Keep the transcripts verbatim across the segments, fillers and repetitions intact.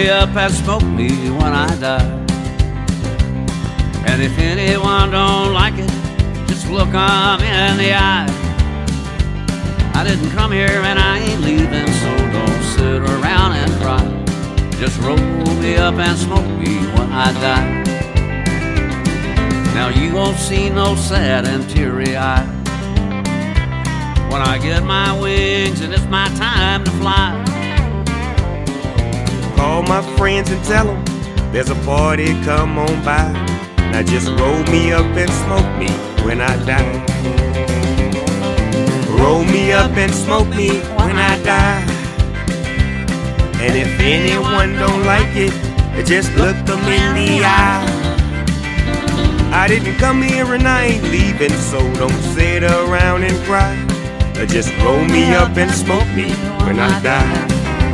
me up and smoke me when I die. And if anyone don't like it, just look 'em in the eye. I didn't come here and I ain't leaving, so don't sit around and cry. Just roll me up and smoke me when I die. Now you won't see no sad and teary eye when I get my wings and it's my time to fly. Call my friends and tell them there's a party, come on by. Now just roll me up and smoke me when I die. Roll me up and smoke me when I die. And if anyone don't like it, just look them in the eye. I didn't come here and I ain't leaving, so don't sit around and cry. Just roll me up and smoke me when I die.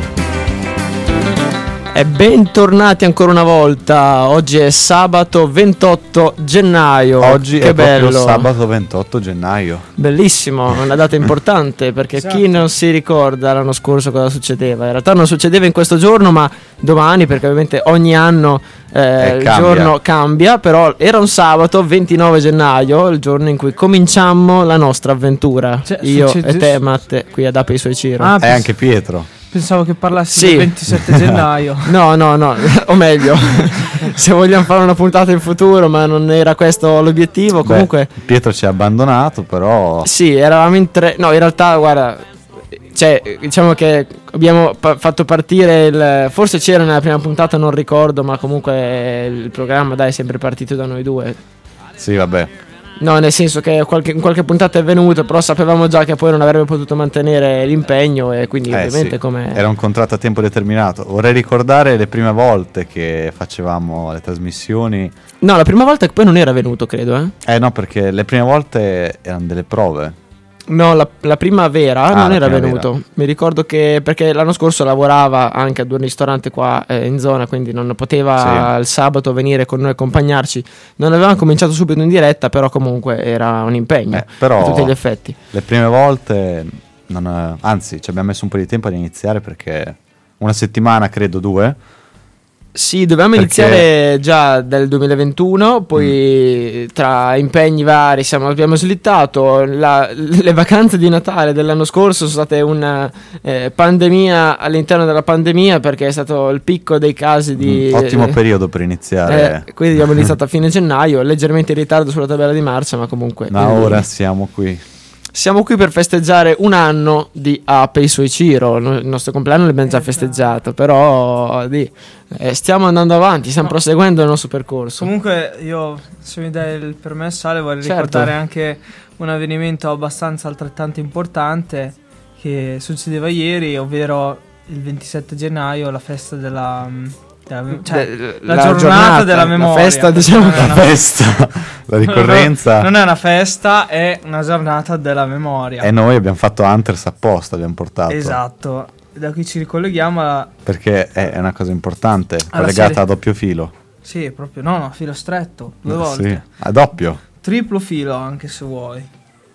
E bentornati ancora una volta. Oggi è sabato ventotto gennaio. Oggi che è bello. proprio sabato ventotto gennaio. Bellissimo, una data importante perché Esatto. Chi non si ricorda l'anno scorso cosa succedeva? In realtà non succedeva in questo giorno, ma domani, perché ovviamente ogni anno eh, il cambia. giorno cambia. Però era un sabato ventinove gennaio, il giorno in cui cominciammo la nostra avventura. Cioè, Io succede- e te, Matte, qui ad Ape i suoi Ciro. Ah, E anche Pietro. Pensavo che parlassi Sì. del ventisette gennaio. No, no, no, o meglio, se vogliamo fare una puntata in futuro, ma non era questo l'obiettivo. Comunque, Beh, Pietro ci ha abbandonato, però sì, eravamo in tre. No, in realtà, guarda, cioè, diciamo che abbiamo pa- fatto partire il. Forse c'era nella prima puntata, non ricordo, ma comunque il programma, dai, è sempre partito da noi due. sì, vabbè. No, nel senso che qualche, in qualche puntata è venuto, però sapevamo già che poi non avrebbe potuto mantenere l'impegno e quindi Eh, ovviamente sì. come. Era un contratto a tempo determinato. Vorrei ricordare le prime volte che facevamo le trasmissioni. No, la prima volta che poi non era venuto, credo, eh. Eh no, perché le prime volte erano delle prove. No, la, la primavera Ah, non la era primavera. venuto. Mi ricordo che perché l'anno scorso lavorava anche ad un ristorante qua eh, in zona, quindi non poteva Sì. il sabato venire con noi a accompagnarci. Non avevamo cominciato subito in diretta, però comunque era un impegno Eh, però a tutti gli effetti. le prime volte non, anzi, ci abbiamo messo un po' di tempo ad iniziare perché una settimana, credo due. Sì, dovevamo Perché- iniziare già dal duemilaventuno, poi tra impegni vari siamo, abbiamo slittato. La- le vacanze di Natale dell'anno scorso sono state una eh, pandemia all'interno della pandemia, perché è stato il picco dei casi di... Mm, ottimo eh, periodo per iniziare. eh, quindi abbiamo iniziato a fine gennaio, leggermente in ritardo sulla tabella di marcia, ma comunque... Ma quindi ora siamo qui. siamo qui per festeggiare un anno di Ape i suoi Ciro. No- Il nostro compleanno l'abbiamo già festeggiato, però di, eh, stiamo andando avanti, stiamo No. proseguendo il nostro percorso. Comunque io, se mi dai il permesso, Ale, vorrei Certo. ricordare anche un avvenimento abbastanza altrettanto importante che succedeva ieri, ovvero il ventisette gennaio, la festa della... della cioè, De- la, giornata, della memoria. la festa, diciamo, Non è La una- festa, la ricorrenza. Non è una festa, è una giornata della memoria. E noi abbiamo fatto Hunters apposta, abbiamo portato. Esatto. Da qui ci ricolleghiamo alla... Perché è una cosa importante, Alla collegata serie- a doppio filo. Sì, proprio, no, no, filo stretto, due Eh, volte. Sì, a doppio. Triplo filo anche se vuoi.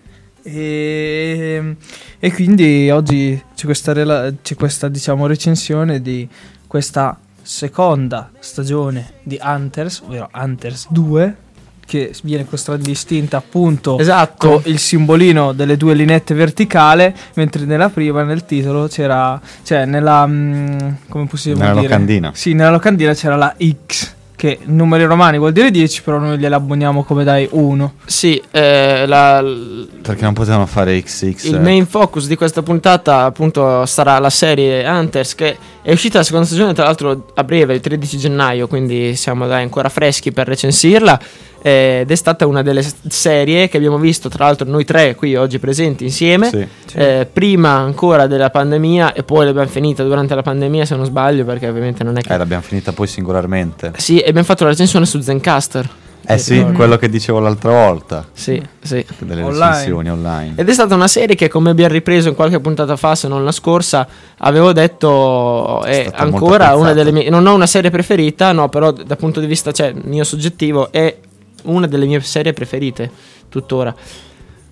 E, e quindi oggi c'è questa, rela- c'è questa diciamo recensione di questa seconda stagione di Hunters, ovvero Hunters due, che viene contraddistinta appunto Esatto. con il simbolino delle due lineette verticali, mentre nella prima, nel titolo, c'era, cioè nella, mm, come possiamo Nella dire? locandina. Sì, nella locandina c'era la X, che in numeri romani vuol dire dieci, però noi gliela abboniamo come dai uno. Sì, eh, la- l- Perché non potevano fare X X. il main focus di questa puntata appunto sarà la serie Hunters, che è uscita la seconda stagione tra l'altro a breve, il tredici gennaio, quindi siamo dai ancora freschi per recensirla, eh, ed è stata una delle s- serie che abbiamo visto tra l'altro noi tre qui oggi presenti insieme. Sì. Eh, prima ancora della pandemia, e poi l'abbiamo finita durante la pandemia se non sbaglio, perché ovviamente non è che... Eh, l'abbiamo finita poi singolarmente. Sì, e abbiamo fatto la recensione su Zencaster. Eh sì, Mm. quello che dicevo l'altra volta. Sì, sì. Delle Online. recensioni online. Ed è stata una serie che, come abbiamo ripreso in qualche puntata fa, se non la scorsa, avevo detto è stata molto ancora una apprezzata. delle mie... Non ho una serie preferita, no, però dal punto di vista, cioè, mio soggettivo, è una delle mie serie preferite tuttora.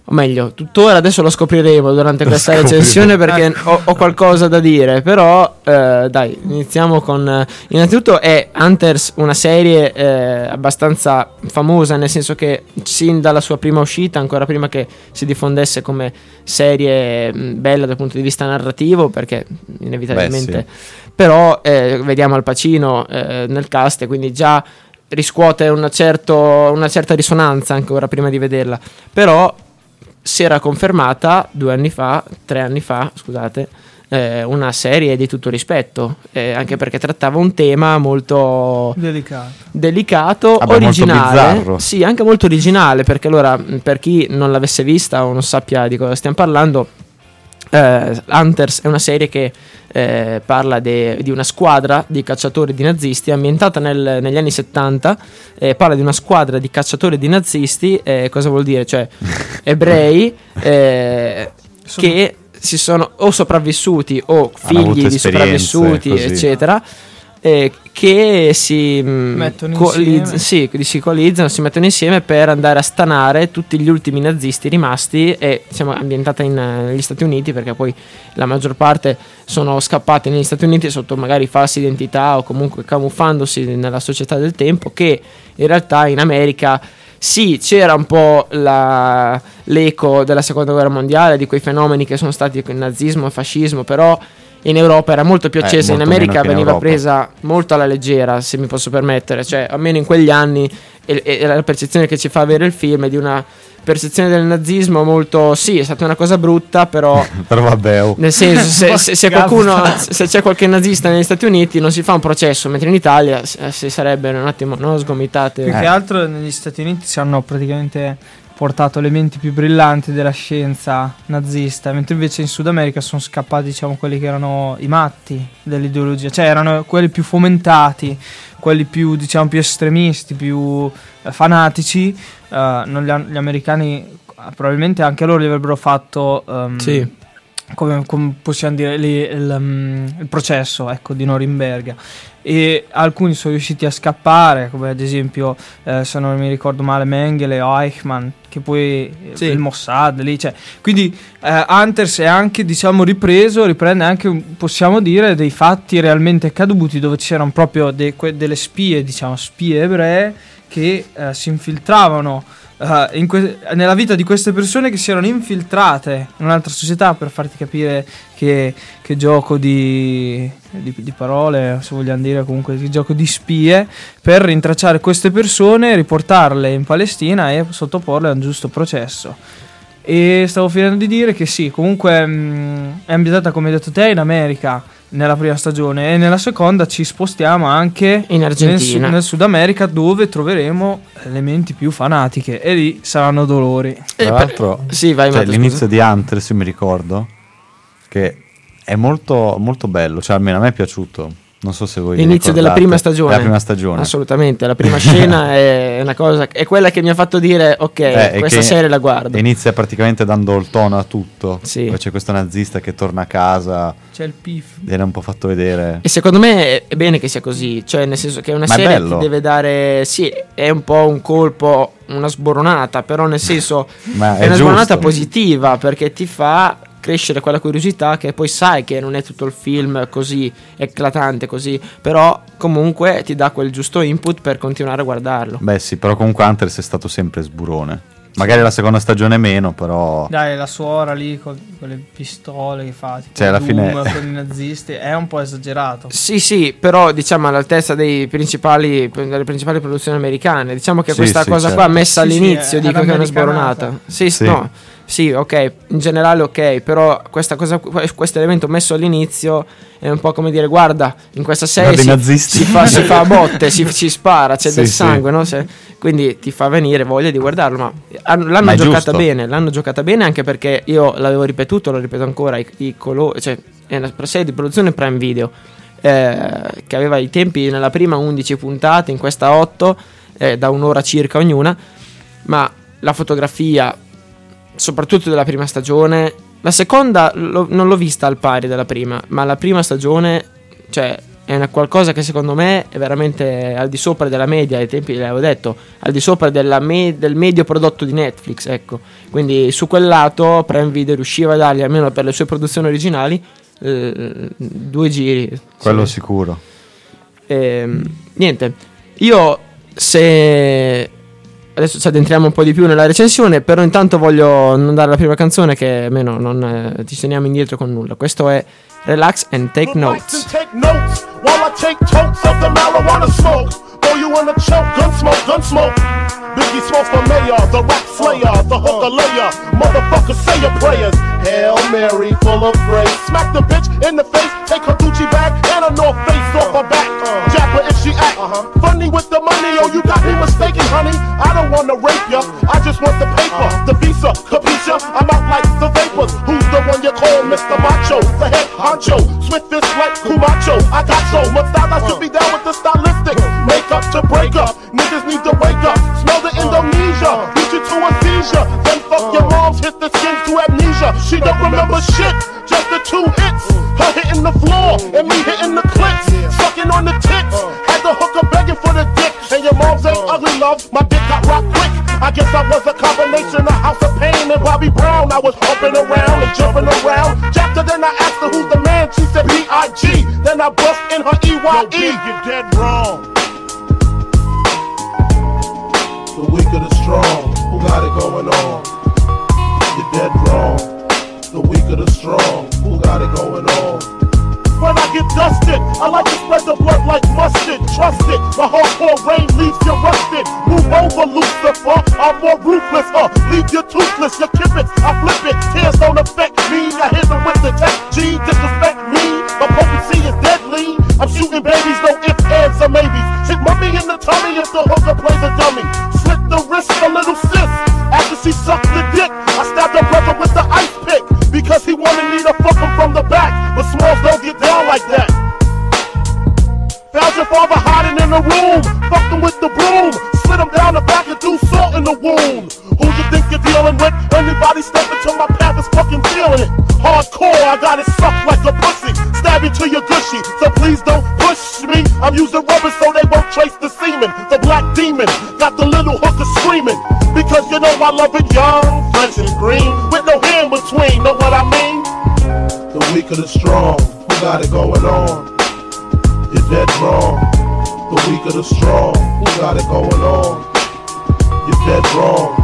o meglio, tuttora adesso lo scopriremo durante questa recensione perché ho, ho qualcosa da dire, però eh, dai, iniziamo con eh, innanzitutto è Hunters una serie eh, abbastanza famosa, nel senso che sin dalla sua prima uscita, ancora prima che si diffondesse come serie mh, bella dal punto di vista narrativo, perché inevitabilmente Beh, sì. però eh, vediamo Al Pacino eh, nel cast e quindi già riscuote una, certo, una certa risonanza ancora prima di vederla, però si era confermata due anni fa, tre anni fa, scusate, eh, una serie di tutto rispetto, eh, anche perché trattava un tema molto Delicato. delicato, Vabbè, originale, molto bizzarro. sì, anche molto originale, perché allora, per chi non l'avesse vista o non sappia di cosa stiamo parlando, eh, Hunters è una serie che eh, parla de, di una squadra di cacciatori di nazisti ambientata nel, negli anni settanta, eh, parla di una squadra di cacciatori di nazisti, eh, cosa vuol dire? Cioè ebrei eh, che si sono o sopravvissuti o Hanno avuto figli di esperienze, sopravvissuti così. eccetera, eh, che si mh, Mettono coalizz- insieme. sì, che si coalizzano, si mettono insieme per andare a stanare tutti gli ultimi nazisti rimasti, e siamo ambientata in, eh, negli Stati Uniti, perché poi la maggior parte sono scappati negli Stati Uniti sotto magari false identità o comunque camuffandosi nella società del tempo, che in realtà in America sì, c'era un po' la, l'eco della seconda guerra mondiale, di quei fenomeni che sono stati il nazismo e il fascismo, però in Europa era molto più Eh, accesa, in molto meno America che in veniva Europa. presa molto alla leggera, se mi posso permettere, cioè almeno in quegli anni, e, e la percezione che ci fa avere il film è di una percezione del nazismo molto, sì, è stata una cosa brutta, però Però vabbè, oh. nel senso, se, se, se qualcuno, se c'è qualche nazista negli Stati Uniti non si fa un processo, mentre in Italia eh, si sarebbero un attimo, no, sgomitate. Più che altro negli Stati Uniti si hanno praticamente portato elementi più brillanti della scienza nazista, mentre invece in Sud America sono scappati, diciamo, quelli che erano i matti dell'ideologia, cioè erano quelli più fomentati, quelli più, diciamo, più estremisti, più eh, fanatici. eh, non li han- gli americani eh, probabilmente anche loro gli avrebbero fatto ehm, Sì. come, come possiamo dire lì, il, um, il processo, ecco, di Norimberga, e alcuni sono riusciti a scappare, come ad esempio eh, se non mi ricordo male Mengele o Eichmann, che poi eh, Sì. il Mossad lì, cioè, quindi eh, Hunters è anche, diciamo, ripreso, riprende anche, possiamo dire, dei fatti realmente accaduti, dove c'erano proprio de- que- delle spie, diciamo spie ebree, che eh, si infiltravano Uh, in que- nella vita di queste persone, che si erano infiltrate in un'altra società, per farti capire che, che gioco di, di, di parole, se vogliamo dire, comunque che gioco di spie, per rintracciare queste persone, riportarle in Palestina e sottoporle a un giusto processo. E stavo finendo di dire che sì, comunque mh, è ambientata, come hai detto te, in America nella prima stagione, e nella seconda ci spostiamo anche In Argentina. nel, Su- nel Sud America, dove troveremo elementi più fanatiche, e lì saranno dolori. Eh, Tra per- l'altro, sì, vai, cioè, Matteo, l'inizio scusa. di Hunters, io mi ricordo che è molto, molto bello, cioè almeno a me è piaciuto. Non so se voi vi L'inizio della ricordate. prima stagione. La prima stagione. Assolutamente, la prima scena è una cosa, è quella che mi ha fatto dire ok, Eh, e questa che serie la guardo. Inizia praticamente dando il tono a tutto. Sì. Poi c'è questo nazista che torna a casa, C'è il pif. viene un po' fatto vedere. E secondo me è bene che sia così, cioè nel senso che una Ma è serie bello. ti deve dare, sì, è un po' un colpo, una sboronata, però nel senso Ma è, è una sboronata giusto. positiva, perché ti fa crescere quella curiosità, che poi sai che non è tutto il film così eclatante così, però comunque ti dà quel giusto input per continuare a guardarlo. Beh sì, però comunque Hunters è stato sempre sburone. Magari la seconda stagione meno, però... Dai, la suora lì con, con le pistole che fa, tipo Cioè, alla Doom, fine- con i nazisti, è un po' esagerato. Sì, sì, però diciamo all'altezza dei principali, delle principali produzioni americane. Diciamo che Sì, questa sì, cosa certo. qua messa Sì, sì, all'inizio è- dico è che è una un'americanata. sboronata. Sì, Sì. no. Sì, ok, in generale ok, però questa cosa, questo elemento messo all'inizio è un po' come dire, guarda, in questa serie Guarda i si, nazisti. si fa, si fa a botte, si, si spara, c'è Sì, del sì. sangue, no? Se- quindi ti fa venire voglia di guardarlo, ma hanno- l'hanno Ma è giocata giusto. bene, l'hanno giocata bene, anche perché io l'avevo ripetuto, lo ripeto ancora, i, i colori, cioè è una serie di produzione Prime Video, eh, che aveva i tempi nella prima undici puntate, in questa otto, eh, da un'ora circa ognuna, ma la fotografia, soprattutto della prima stagione, la seconda lo- non l'ho vista al pari della prima, ma la prima stagione, cioè è una qualcosa che secondo me è veramente al di sopra della media, ai tempi l'avevo detto, al di sopra della me- del medio prodotto di Netflix, ecco. Quindi su quel lato Prime Video riusciva a dargli, almeno per le sue produzioni originali, eh, due giri. Quello sì. sicuro. E, niente, io se adesso ci addentriamo un po' di più nella recensione, però intanto voglio non dare la prima canzone, che almeno non eh, ti teniamo indietro con nulla. Questo è Relax and Take Notes. Take notes while I take totes of the marijuana smoke. Throw you in a choke, gun smoke, gun smoke. Biggie smokes for mayor, the rap slayer, the hooker layer. Motherfucker, say your prayers. Hail Mary, full of grace. Smack the bitch in the face, take her Gucci bag and a North Face off her back. Jack her if she act funny with the money. Oh, you got me mistaken, honey. I don't wanna rape ya, I just want the paper, the visa, capisha. I'm out like the vapors. Who's the one you call Mister Macho? The head honcho, swift fist like Kumacho. I got so much style, I should be down with the stylistic. Make up to break up, niggas need to wake up. Smell the Indonesia, beat you to a seizure. Then fuck your moms, hit the skins to amnesia. She don't remember shit, just the two hits. Her hitting the floor, and me hitting the clips. Sucking on the tits, had the hooker begging for the dick. And your mom's ain't ugly, love, my dick got rocked quick. I guess I was a combination of House of Pain and Bobby Brown. I was hopping around and jumping around. After then I asked her who's the man, she said B I G. Then I bust in her E Y E. You're dead wrong. The weak of the strong, who got it going on? You're dead wrong. The weak of the strong, who got it going on? When I get dusted, I like to spread the blood like mustard. Trust it, my hardcore rain leaves you rusted. Move over, Lucifer, I'm more ruthless, uh leave you toothless, you kip it, I flip it. Tears don't affect me, I hit them with the tech G. Disrespect me, my potency is deadly. I'm shooting babies, no ifs, ands, or maybes. Hit mummy in the tummy if the hooker plays a dummy. Slit the wrist, a little sis. After she sucked the dick, I stabbed her brother with the ice pick. Because he wanted me to fuck him from the back. But Smalls don't get down like that. Found your father hiding in the room. Fucked him with the broom. Slid him down the back and threw salt in the wound. Who you think you're dealing with? Anybody step into my path is fucking feeling it. Hardcore, I got it sucked like a pussy. Stab you till you're gushy, so please don't push me. I'm using rubber so they won't trace the semen. The black demon got the little hooker screaming. Because you know I love it young, fresh and green. With no hair in between, know what I mean? The weak of the strong, who got it going on? You're dead wrong. The weak of the strong, who got it going on? You're dead wrong.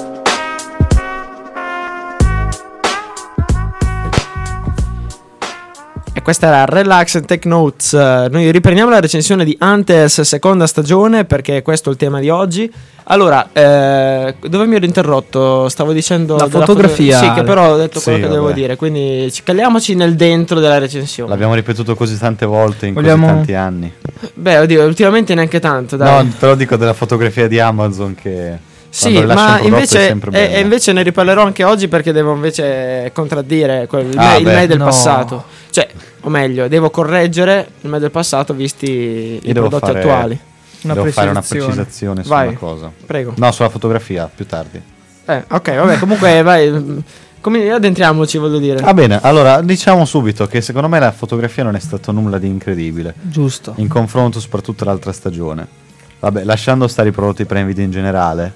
E questa era Relax and Take Notes. Noi riprendiamo la recensione di Hunters seconda stagione, perché questo è il tema di oggi. Allora, eh, dove mi ero interrotto? Stavo dicendo la della fotografia. Foto- sì, che però ho detto Sì, quello che vabbè. devo dire. Quindi ci calliamoci nel dentro della recensione. L'abbiamo ripetuto così tante volte in Vogliamo- così tanti anni. Beh, oddio, ultimamente neanche tanto, dai. No, però dico della fotografia di Amazon che Sì, quando rilascia un ma prodotto è invece, sempre e, bella. e invece ne riparlerò anche oggi, perché devo invece contraddire quel, il, Ah, me, il beh. me del No. passato. Cioè, o meglio, devo correggere il me del passato visti i Io devo prodotti fare- attuali. Una Devo fare una precisazione. precisazione su Vai. una cosa. Prego. No, sulla fotografia, più tardi. Eh, ok, vabbè, comunque vai. Come addentriamoci, voglio dire. Va bene, allora diciamo subito che secondo me la fotografia non è stato nulla di incredibile Giusto. in confronto soprattutto all'altra stagione. Vabbè, lasciando stare i prodotti Prime Video in generale,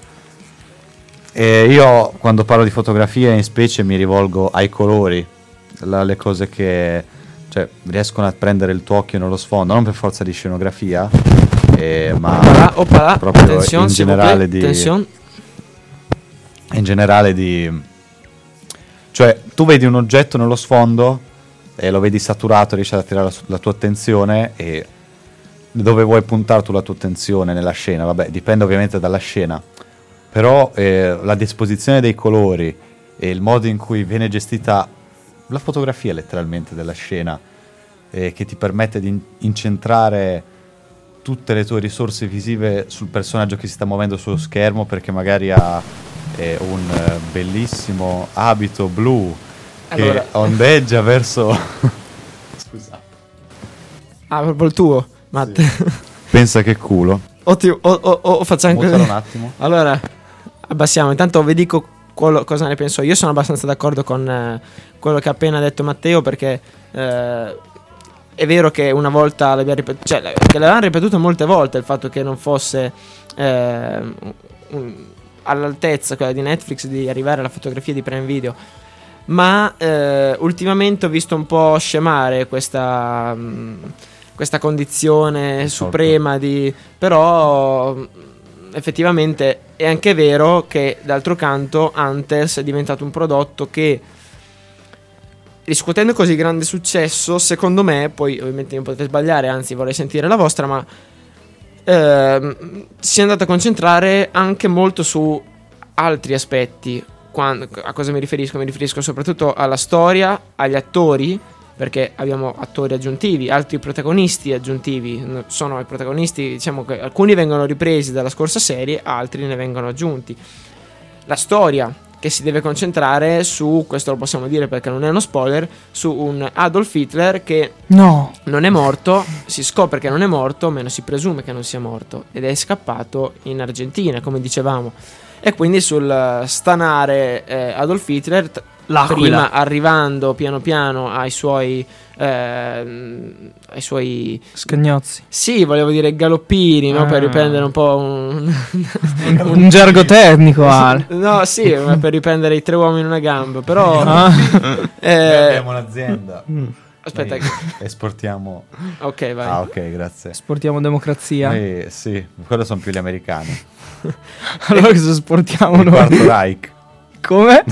eh, io quando parlo di fotografia in specie mi rivolgo ai colori, la- le cose che cioè, riescono a prendere il tuo occhio nello sfondo, non per forza di scenografia, eh, ma Opala, opala, proprio attenzione, in s'il vous generale plaît, di attenzione. in generale di cioè tu vedi un oggetto nello sfondo e lo vedi saturato, riesci ad attirare la, la tua attenzione, e dove vuoi puntare tu la tua attenzione nella scena? Vabbè, dipende ovviamente dalla scena, però eh, la disposizione dei colori e il modo in cui viene gestita la fotografia letteralmente della scena, eh, che ti permette di in- incentrare tutte le tue risorse visive sul personaggio che si sta muovendo sullo schermo, perché magari ha eh, un eh, bellissimo abito blu Allora- che ondeggia verso scusa, Ah, proprio il tuo, Matte. pensa che culo. Ottimo, o, o, o facciamo Mutalo così. un attimo. Allora, abbassiamo. Intanto vi dico quello- cosa ne penso. Io sono abbastanza d'accordo con eh, quello che ha appena detto Matteo, perché eh, è vero che una volta l'abbiamo ripetuto, cioè che l'avevano ripetuto molte volte il fatto che non fosse eh, un, all'altezza quella di Netflix di arrivare alla fotografia di Prime Video, ma eh, ultimamente ho visto un po' scemare questa mh, questa condizione suprema di, però effettivamente è anche vero che d'altro canto Hunters è diventato un prodotto che, riscuotendo così grande successo, secondo me, poi ovviamente mi potete sbagliare, anzi vorrei sentire la vostra, ma ehm, si è andato a concentrare anche molto su altri aspetti. Quando, a cosa mi riferisco? Mi riferisco soprattutto alla storia, agli attori, perché abbiamo attori aggiuntivi, altri protagonisti aggiuntivi. Sono i protagonisti, diciamo che alcuni vengono ripresi dalla scorsa serie, altri ne vengono aggiunti. La storia, che si deve concentrare su, questo lo possiamo dire perché non è uno spoiler, su un Adolf Hitler che no. non è morto, si scopre che non è morto, meno si presume che non sia morto, ed è scappato in Argentina, come dicevamo. E quindi sul stanare eh, Adolf Hitler, t- prima arrivando piano piano ai suoi eh, ai suoi scagnozzi. Sì, volevo dire galoppini, ah. no? Per riprendere un po' un, un, un gergo tecnico. No, sì, ma per riprendere i tre uomini in una gamba. Però ah. eh, abbiamo un'azienda. Aspetta, noi esportiamo. Ok, vai. Ah, ok, grazie. Esportiamo democrazia. Noi, sì, quello sono più gli americani. Allora cosa esportiamo il noi? Quarto Reich. Come?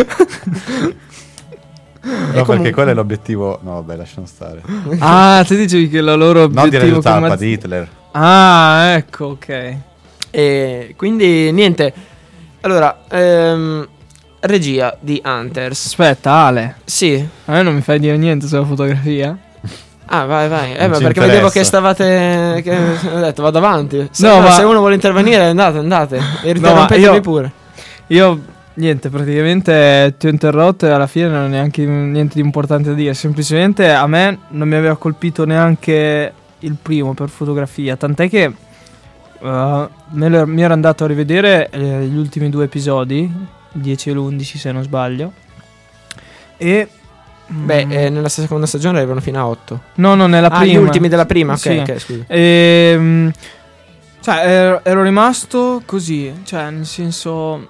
No, perché comunque quello è l'obiettivo. No, vabbè, lasciamo stare. Ah, tu dicevi che la loro obiettivo. Non di Recep Tayyip, come... di Hitler. Ah, ecco, ok. E quindi niente. Allora, ehm, regia di Hunters. Aspetta, Ale. Sì. A me non mi fai dire niente sulla fotografia? Ah, vai, vai. Eh, Non ma ci perché interessa. vedevo che stavate. Che ho detto, vado avanti. Se, No, no, ma- se uno vuole intervenire, andate, andate. E No, ma interrompetemi io- pure. Io, niente, praticamente ti ho interrotto e alla fine non ho neanche niente di importante da dire. Semplicemente a me non mi aveva colpito neanche il primo per fotografia. Tant'è che uh, me lo- mi ero andato a rivedere eh, gli ultimi due episodi, dieci e l'undici se non sbaglio. E... Beh, mm, eh, nella seconda stagione arrivano fino a otto. no, no, nella Ah, prima. gli ultimi della prima, ok, Sì. ok, scusa. Ehm, cioè, ero, ero rimasto così, cioè, nel senso,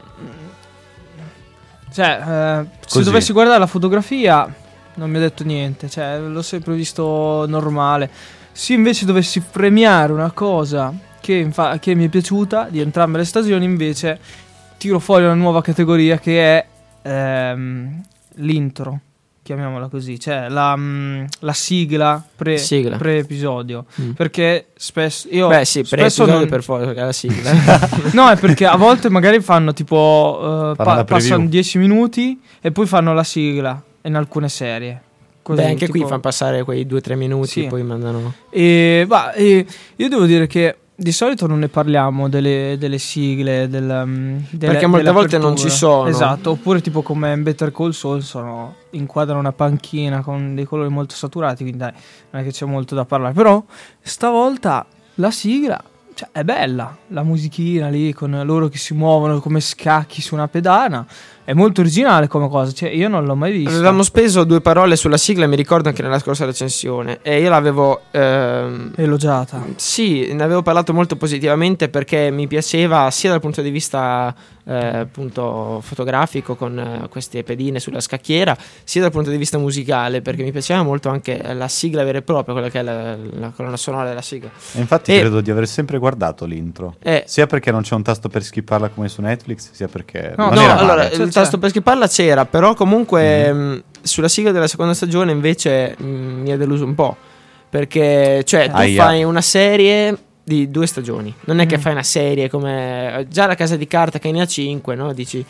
cioè, eh, se Così. dovessi guardare la fotografia, non mi ha detto niente, cioè, l'ho sempre visto normale. Se invece dovessi premiare una cosa che, infa- che mi è piaciuta di entrambe le stagioni, invece, tiro fuori una nuova categoria che è ehm, l'intro. Chiamiamola così, cioè la, mm, la sigla, pre, Sigla. pre-episodio. Mm. Perché spesso io Beh, sì, per spesso episodio non- per forza, perché è la sigla. no, è perché a volte magari fanno tipo uh, Fanno pa- la preview. passano dieci minuti e poi fanno la sigla in alcune serie. Così, Beh, anche tipo- qui fanno passare quei due o tre minuti Sì. e poi mandano. E, bah, e io devo dire che di solito non ne parliamo delle, delle sigle, del, um, delle- Perché molte delle volte non aperture. ci sono. Esatto, oppure tipo come in Better Call Saul sono, inquadrano una panchina con dei colori molto saturati, quindi dai, non è che c'è molto da parlare. Però stavolta la sigla, cioè, è bella, la musichina lì con loro che si muovono come scacchi su una pedana. È molto originale come cosa, cioè io non l'ho mai vista. Avevamo speso due parole sulla sigla, mi ricordo anche nella scorsa recensione. E io l'avevo. Ehm, Elogiata. Sì, ne avevo parlato molto positivamente perché mi piaceva sia dal punto di vista eh, appunto fotografico con eh, queste pedine sulla scacchiera, sia dal punto di vista musicale perché mi piaceva molto anche la sigla vera e propria, quella che è la, la colonna sonora della sigla. E infatti E- credo di aver sempre guardato l'intro. Eh, Sia perché non c'è un tasto per skipparla come su Netflix, sia perché No, non no, era allora male. C'è- il c'è. tasto per skipparla c'era, però comunque mh, sulla sigla della seconda stagione invece mh, mi è deluso un po'. Perché, cioè, tu Aia. fai una serie di due stagioni, non è che Mm. fai una serie come già La Casa di Carta che ne ha cinque, no? Dici,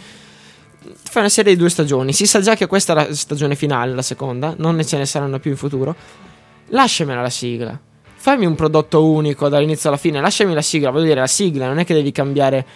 fai una serie di due stagioni, si sa già che questa è la stagione finale, la seconda, non ne ce ne saranno più in futuro. Lasciamela la sigla, fammi un prodotto unico dall'inizio alla fine, lasciami la sigla, voglio dire, la sigla non è che devi cambiare.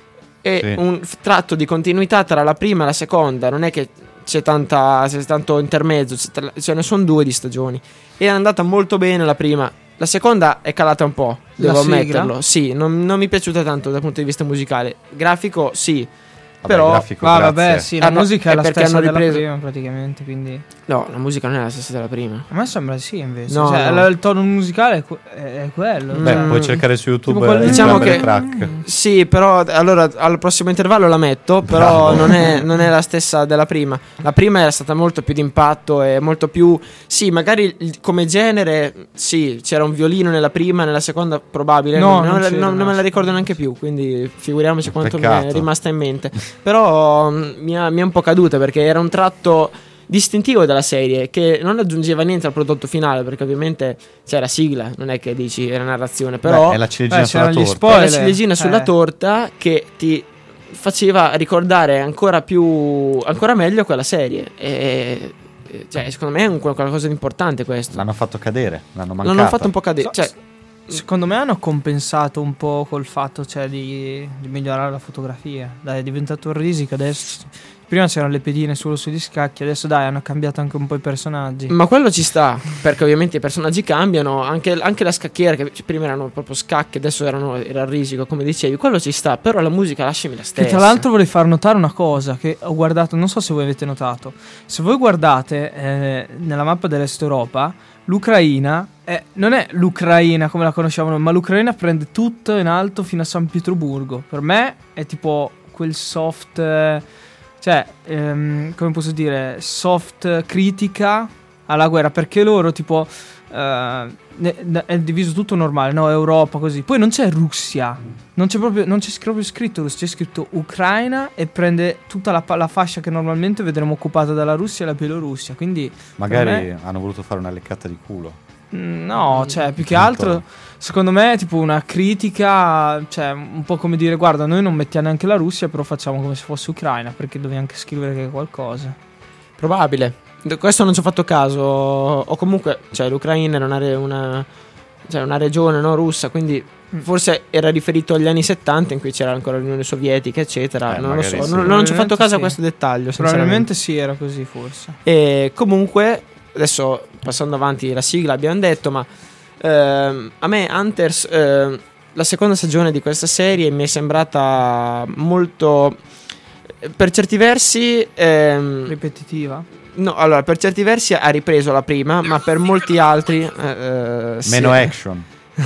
È Sì. un f- tratto di continuità tra la prima e la seconda, non è che c'è tanta c'è tanto intermezzo, c'è tra- ce ne sono due di stagioni. È andata molto bene la prima, la seconda è calata un po', La devo sigla? ammetterlo. Sì, non, non mi è piaciuta tanto dal punto di vista musicale. Grafico, sì. Però grafico, Ah, grazie. vabbè, sì, la Ah, no, musica è è la perché stessa hanno della ripreso- prima praticamente, quindi No, la musica non è la stessa della prima. a me sembra sì invece. No, Cioè, no. la- il tono musicale è, que- è- è quello. Beh, cioè. puoi cercare su YouTube Tipo quel- eh, Diciamo entrambe le che- track. Sì, però allora al prossimo intervallo la metto, però non è, non è la stessa della prima. La prima era stata molto più d'impatto e molto più... Sì, magari il- come genere, sì, c'era un violino nella prima, nella seconda probabile. No, non, non non- c'era, non- non me no. la ricordo neanche più, quindi figuriamoci quanto mi Peccato. è rimasta in mente. Però mm, mi, ha- mi è un po' caduta perché era un tratto distintivo della serie che non aggiungeva niente al prodotto finale, perché ovviamente c'era sigla, non è che dici era narrazione, però... Beh, è la ciliegina Beh, sulla c'erano gli torta. spoiler. Poi la ciliegina sulla Eh. torta che ti faceva ricordare ancora più, ancora meglio quella serie. E, e- cioè, secondo me è un qual- qualcosa di importante questo. L'hanno fatto cadere, l'hanno mancato. L'hanno fatto un po' cadere. So- Cioè, Secondo me hanno compensato un po' col fatto, cioè, di, di migliorare la fotografia. Dai, è diventato un risico adesso. Prima c'erano le pedine solo sugli scacchi, adesso dai, hanno cambiato anche un po' i personaggi. ma quello ci sta, perché ovviamente i personaggi cambiano, anche, anche la scacchiera, che prima erano proprio scacchi, adesso erano, era il risico, come dicevi, quello ci sta, però la musica lasciami la Che stessa. tra l'altro vorrei far notare una cosa che ho guardato, non so se voi avete notato. Se voi guardate eh, nella mappa dell'Est Europa, l'Ucraina è- non è l'Ucraina come la conosciamo noi, ma l'Ucraina prende tutto in alto fino a San Pietroburgo. Per me è tipo quel soft, eh, cioè, ehm, come posso dire, soft critica alla guerra, perché loro tipo eh, ne- ne- è diviso tutto normale, no? Europa così. Poi non c'è Russia, non c'è proprio, non c'è proprio scritto Russia, c'è scritto Ucraina e prende tutta la, pa- la fascia che normalmente vedremo occupata dalla Russia e la Bielorussia. Quindi Magari per me- hanno voluto fare una leccata di culo. mm, no, cioè più che Tanto- altro secondo me è tipo una critica, cioè un po' come dire guarda, noi non mettiamo neanche la Russia, però facciamo come se fosse Ucraina, perché dovevi anche scrivere che qualcosa. Probabile. D- Questo non ci ho fatto caso. O comunque, cioè, l'Ucraina era una, re- una, cioè, una regione no, russa, quindi Mm. forse era riferito agli anni settanta in cui c'era ancora l'Unione Sovietica, eccetera. Eh, non lo so, magari sì. non, non ci ho fatto Probabilmente caso a sì. questo dettaglio. Probabilmente sì, era così forse. E comunque, adesso passando avanti la sigla abbiamo detto, ma ehm, a me Hunters, ehm, la seconda stagione di questa serie mi è sembrata molto, per certi versi, ehm, Ripetitiva. no, allora per certi versi ha ripreso la prima, ma per molti altri eh, eh, si Meno è- action.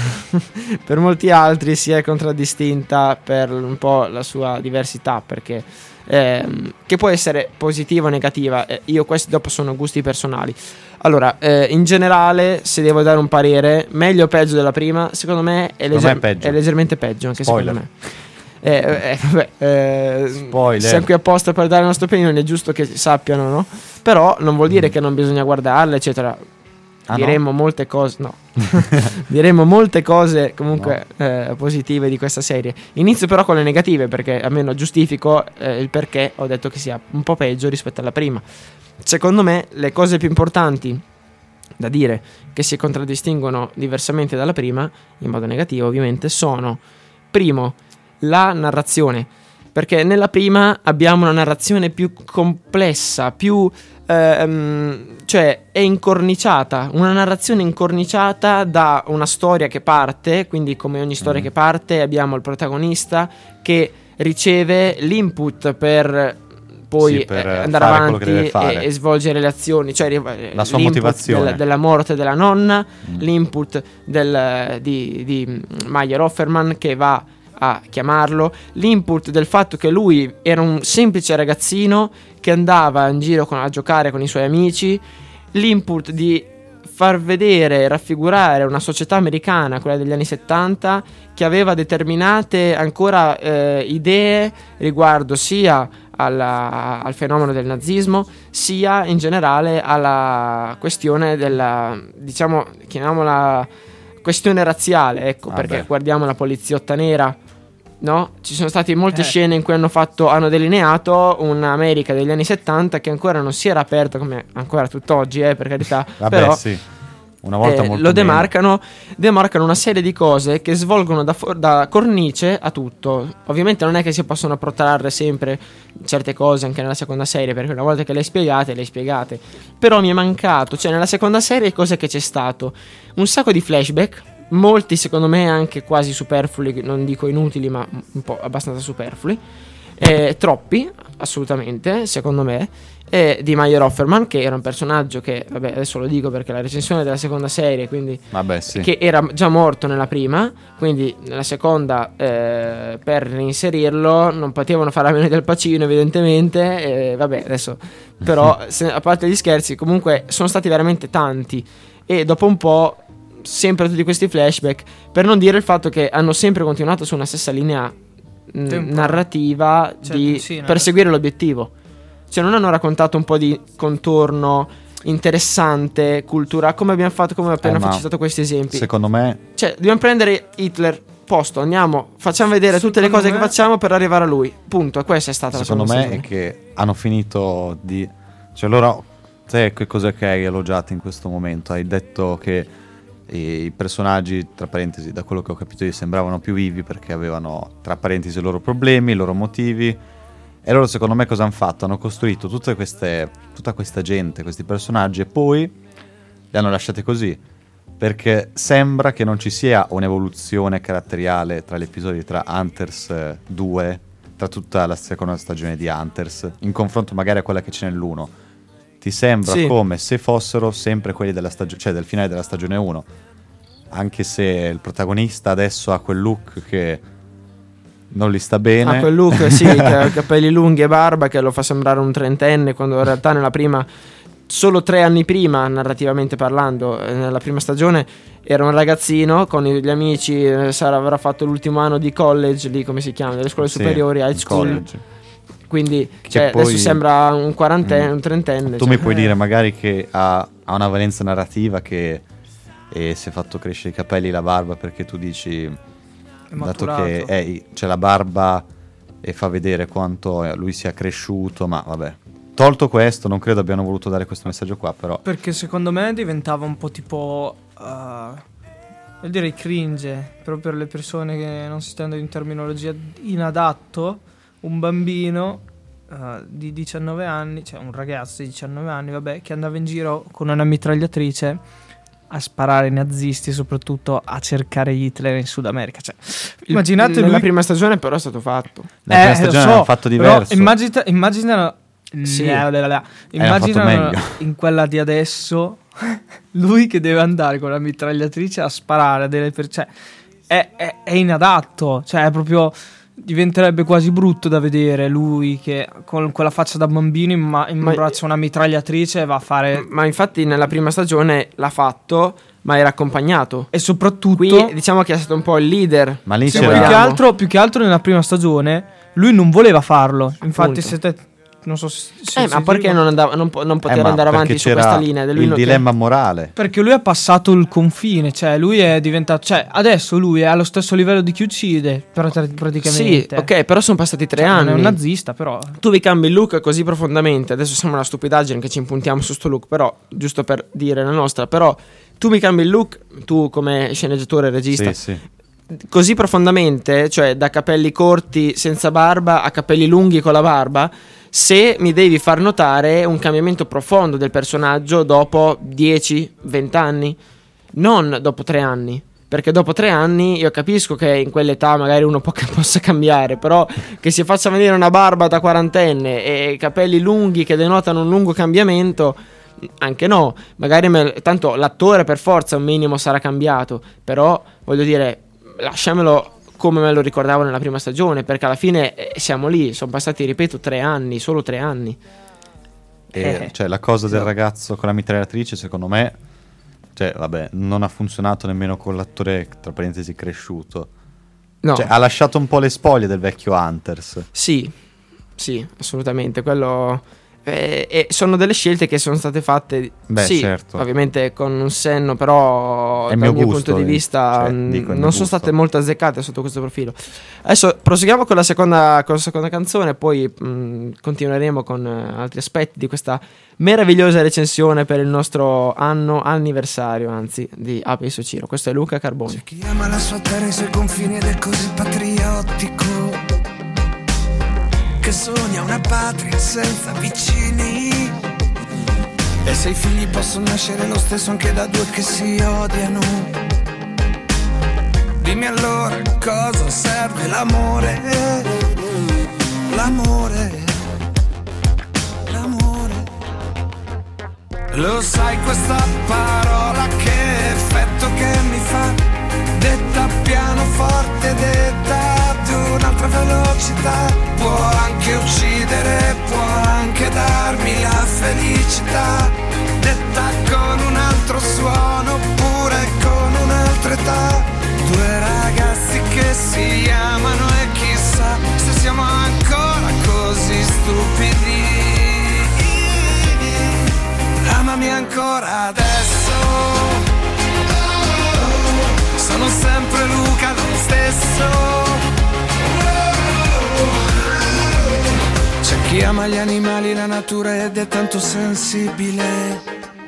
per molti altri si è contraddistinta per un po' la sua diversità, perché ehm, che può essere positiva o negativa, eh, io questi dopo sono gusti personali. Allora, eh, in generale, se devo dare un parere, meglio o peggio della prima, secondo me è, Secondo legger- me è peggio. è leggermente peggio, anche Spoiler. secondo me. Eh, eh, vabbè, eh, Spoiler. siamo qui apposta per dare la nostra opinione, è giusto che sappiano, no? Però non vuol dire che non bisogna guardarle, eccetera. Ah, no? Diremmo molte cose, no. Diremmo molte cose comunque eh, positive di questa serie. Inizio però con le negative, perché almeno giustifico eh, il perché ho detto che sia un po' peggio rispetto alla prima. Secondo me le cose più importanti da dire che si contraddistinguono diversamente dalla prima, in modo negativo ovviamente, sono: primo, la narrazione, perché nella prima abbiamo una narrazione più complessa, più ehm, cioè è incorniciata, una narrazione incorniciata da una storia che parte, quindi come ogni storia Mm. che parte abbiamo il protagonista che riceve l'input per poi Sì, per eh, fare andare quello avanti che deve fare. e, e svolgere le azioni, cioè eh, La sua l'input motivazione. della, della morte della nonna, Mm. l'input del, di, di Mayer Offerman che va a chiamarlo, l'input del fatto che lui era un semplice ragazzino che andava in giro con- a giocare con i suoi amici, l'input di far vedere e raffigurare una società americana, quella degli anni settanta, che aveva determinate ancora eh, idee riguardo sia alla- al fenomeno del nazismo, sia in generale alla questione della, diciamo, chiamiamola questione razziale, ecco, Ah, perché beh. guardiamo la poliziotta nera, no? Ci sono state molte Eh. scene in cui hanno fatto, hanno delineato un'America degli anni settanta che ancora non si era aperta come ancora tutt'oggi, eh, per carità, Vabbè, però sì. Una volta eh, molto lo meno. demarcano, demarcano una serie di cose che svolgono da, for- da cornice a tutto. Ovviamente non è che si possono protrarre sempre certe cose anche nella seconda serie, perché una volta che le hai spiegate, le hai spiegate. Però mi è mancato, cioè nella seconda serie cosa che c'è stato? Un sacco di flashback, molti secondo me anche quasi superflui, non dico inutili ma un po' abbastanza superflui. eh, troppi, assolutamente, secondo me, eh, di Mayer Offerman, che era un personaggio che, vabbè, adesso lo dico perché la recensione della seconda serie, quindi Vabbè, sì. che era già morto nella prima, quindi nella seconda eh, per reinserirlo non potevano fare a meno del Pacino, evidentemente, eh, vabbè, adesso però se, a parte gli scherzi, comunque sono stati veramente tanti, e dopo un po' sempre tutti questi flashback, per non dire il fatto che hanno sempre continuato su una stessa linea mh, Tempo. narrativa, Cioè, di sì, no, perseguire l'obiettivo. Cioè non hanno raccontato un po' di contorno interessante, cultura, come abbiamo fatto, come ho appena Eh, ma citato questi esempi. Secondo me, Cioè dobbiamo prendere Hitler, posto, andiamo, facciamo vedere tutte le Secondo cose me- che facciamo per arrivare a lui. Punto, questa è stata secondo la me seconda è stagione. che hanno finito di... Cioè loro... Te che cosa che hai elogiato in questo momento? Hai detto che i i personaggi, tra parentesi, da quello che ho capito io, sembravano più vivi perché avevano, tra parentesi, i loro problemi, i loro motivi. E loro, secondo me, cosa hanno fatto? Hanno costruito tutte queste, tutta questa gente, questi personaggi, e poi li hanno lasciati così. Perché sembra che non ci sia un'evoluzione caratteriale tra gli episodi tra Hunters eh, due, tra tutta la seconda stagione di Hunters, in confronto magari a quella che c'è nell'uno. Ti sembra Sì. come se fossero sempre quelli della stagione, cioè del finale della stagione uno. Anche se il protagonista adesso ha quel look che non gli sta bene. Ah, quel look, sì, che ha i capelli lunghi e barba che lo fa sembrare un trentenne, quando in realtà nella prima, solo tre anni prima, narrativamente parlando, eh, nella prima stagione era un ragazzino con gli amici, eh, sarà, avrà fatto l'ultimo anno di college, lì come si chiama, delle scuole Sì, superiori, high in school. college. Quindi Che cioè, poi- adesso sembra un quarantenne, Mm. un trentenne. Tu cioè. mi puoi dire magari che ha, ha una valenza narrativa, che eh, si è fatto crescere i capelli e la barba perché tu dici, dato maturato. che è- c'è la barba e fa vedere quanto eh, lui sia cresciuto, ma vabbè. Tolto questo, non credo abbiano voluto dare questo messaggio qua, però. Perché secondo me diventava un po' tipo uh, io direi cringe, proprio per le persone che non si stanno in terminologia, inadatto, un bambino uh, di diciannove anni, cioè un ragazzo di diciannove anni, vabbè, che andava in giro con una mitragliatrice a sparare ai nazisti e soprattutto a cercare Hitler in Sud America. Cioè, immaginate Nella lui... prima stagione però è stato fatto. Nella prima Eh, lo stagione so, hanno fatto però diverso. Immagina, immagina, Sì. la, la, la, Eh, hanno fatto immagina meglio. in quella di adesso lui che deve andare con la mitragliatrice a sparare a delle persone. È, è, è inadatto, cioè è proprio, diventerebbe quasi brutto da vedere lui che con quella faccia da bambino imma- imbraccia una mitragliatrice e va a fare. Ma infatti nella prima stagione l'ha fatto, ma era accompagnato. E soprattutto Qui diciamo che è stato un po' il leader. Ma lì sì, se più, c'era... che vogliamo. altro, più che altro nella prima stagione lui non voleva farlo. Infatti Appunto. siete non so se, se- Eh, se ma ti perché ricordi- non, andava, non, po- non Eh, poteva ma andare avanti perché su c'era questa linea? Del lui il non- che- dilemma morale. Perché lui ha passato il confine, cioè lui è diventato, cioè adesso lui è allo stesso livello di chi uccide, però tra- Sì, praticamente. ok, però sono passati tre Cioè, non anni. è un nazista, però. Tu vi cambi il look così profondamente. Adesso sembra una stupidaggine che ci impuntiamo su sto look, però giusto per dire la nostra. Però tu mi cambi il look, tu come sceneggiatore e regista, Sì, sì. così profondamente, cioè da capelli corti senza barba a capelli lunghi con la barba, se mi devi far notare un cambiamento profondo del personaggio dopo dieci venti anni, non dopo tre anni. Perché dopo tre anni io capisco che in quell'età magari uno può, possa cambiare, però che si faccia venire una barba da quarantenne e capelli lunghi che denotano un lungo cambiamento, anche no. Magari me- tanto l'attore per forza un minimo sarà cambiato, però voglio dire, lasciamelo come me lo ricordavo nella prima stagione, perché alla fine eh, siamo lì, sono passati, ripeto, tre anni, solo tre anni. E, Eh. cioè, la cosa del No. ragazzo con la mitragliatrice, secondo me, cioè, vabbè, non ha funzionato nemmeno con l'attore, tra parentesi, cresciuto. No, Cioè, ha lasciato un po' le spoglie del vecchio Hunters. sì, sì, assolutamente, quello... eh, e sono delle scelte che sono state fatte, Beh, sì, certo. ovviamente con un senno, però È il dal mio mio gusto, punto di eh. vista Cioè, mh, dico, è il mio non sono gusto. state molto azzeccate sotto questo profilo. Adesso proseguiamo con la seconda, con la seconda canzone, poi mh, continueremo con eh, altri aspetti di questa meravigliosa recensione per il nostro anno anniversario, anzi, di Ape Ciro. Questo è Luca Carboni. C'è chi ama la sua terra e i suoi confini ed è così patriottico che sogna una patria senza vicini. E se i figli possono nascere lo stesso anche da due che si odiano, dimmi allora cosa serve l'amore. l'amore, l'amore. Lo sai questa parola che effetto che mi fa, detta pianoforte, detta ad un'altra velocità, può anche uccidere, può anche darmi la felicità, detta con un altro suono oppure con un'altra età. Due ragazzi che si amano e chissà se siamo ancora così stupidi. Amami ancora adesso, sono sempre Luca lo stesso. C'è chi ama gli animali, la natura ed è tanto sensibile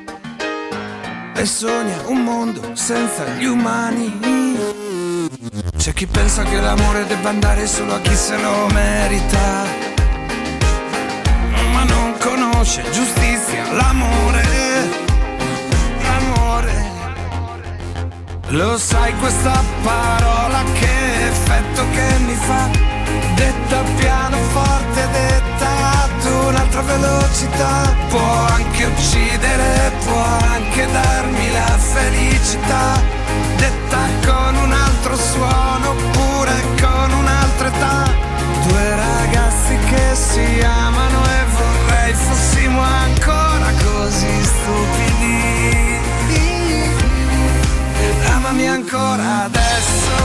e sogna un mondo senza gli umani. C'è chi pensa che l'amore debba andare solo a chi se lo merita, ma non conosce giustizia, l'amore, l'amore. Lo sai questa parola che effetto che mi fa, detta pianoforte, detta ad un'altra velocità, può anche uccidere, può anche darmi la felicità, detta con un altro suono oppure con un'altra età. Due ragazzi che si amano e vorrei fossimo ancora così stupidi. Amami ancora adesso,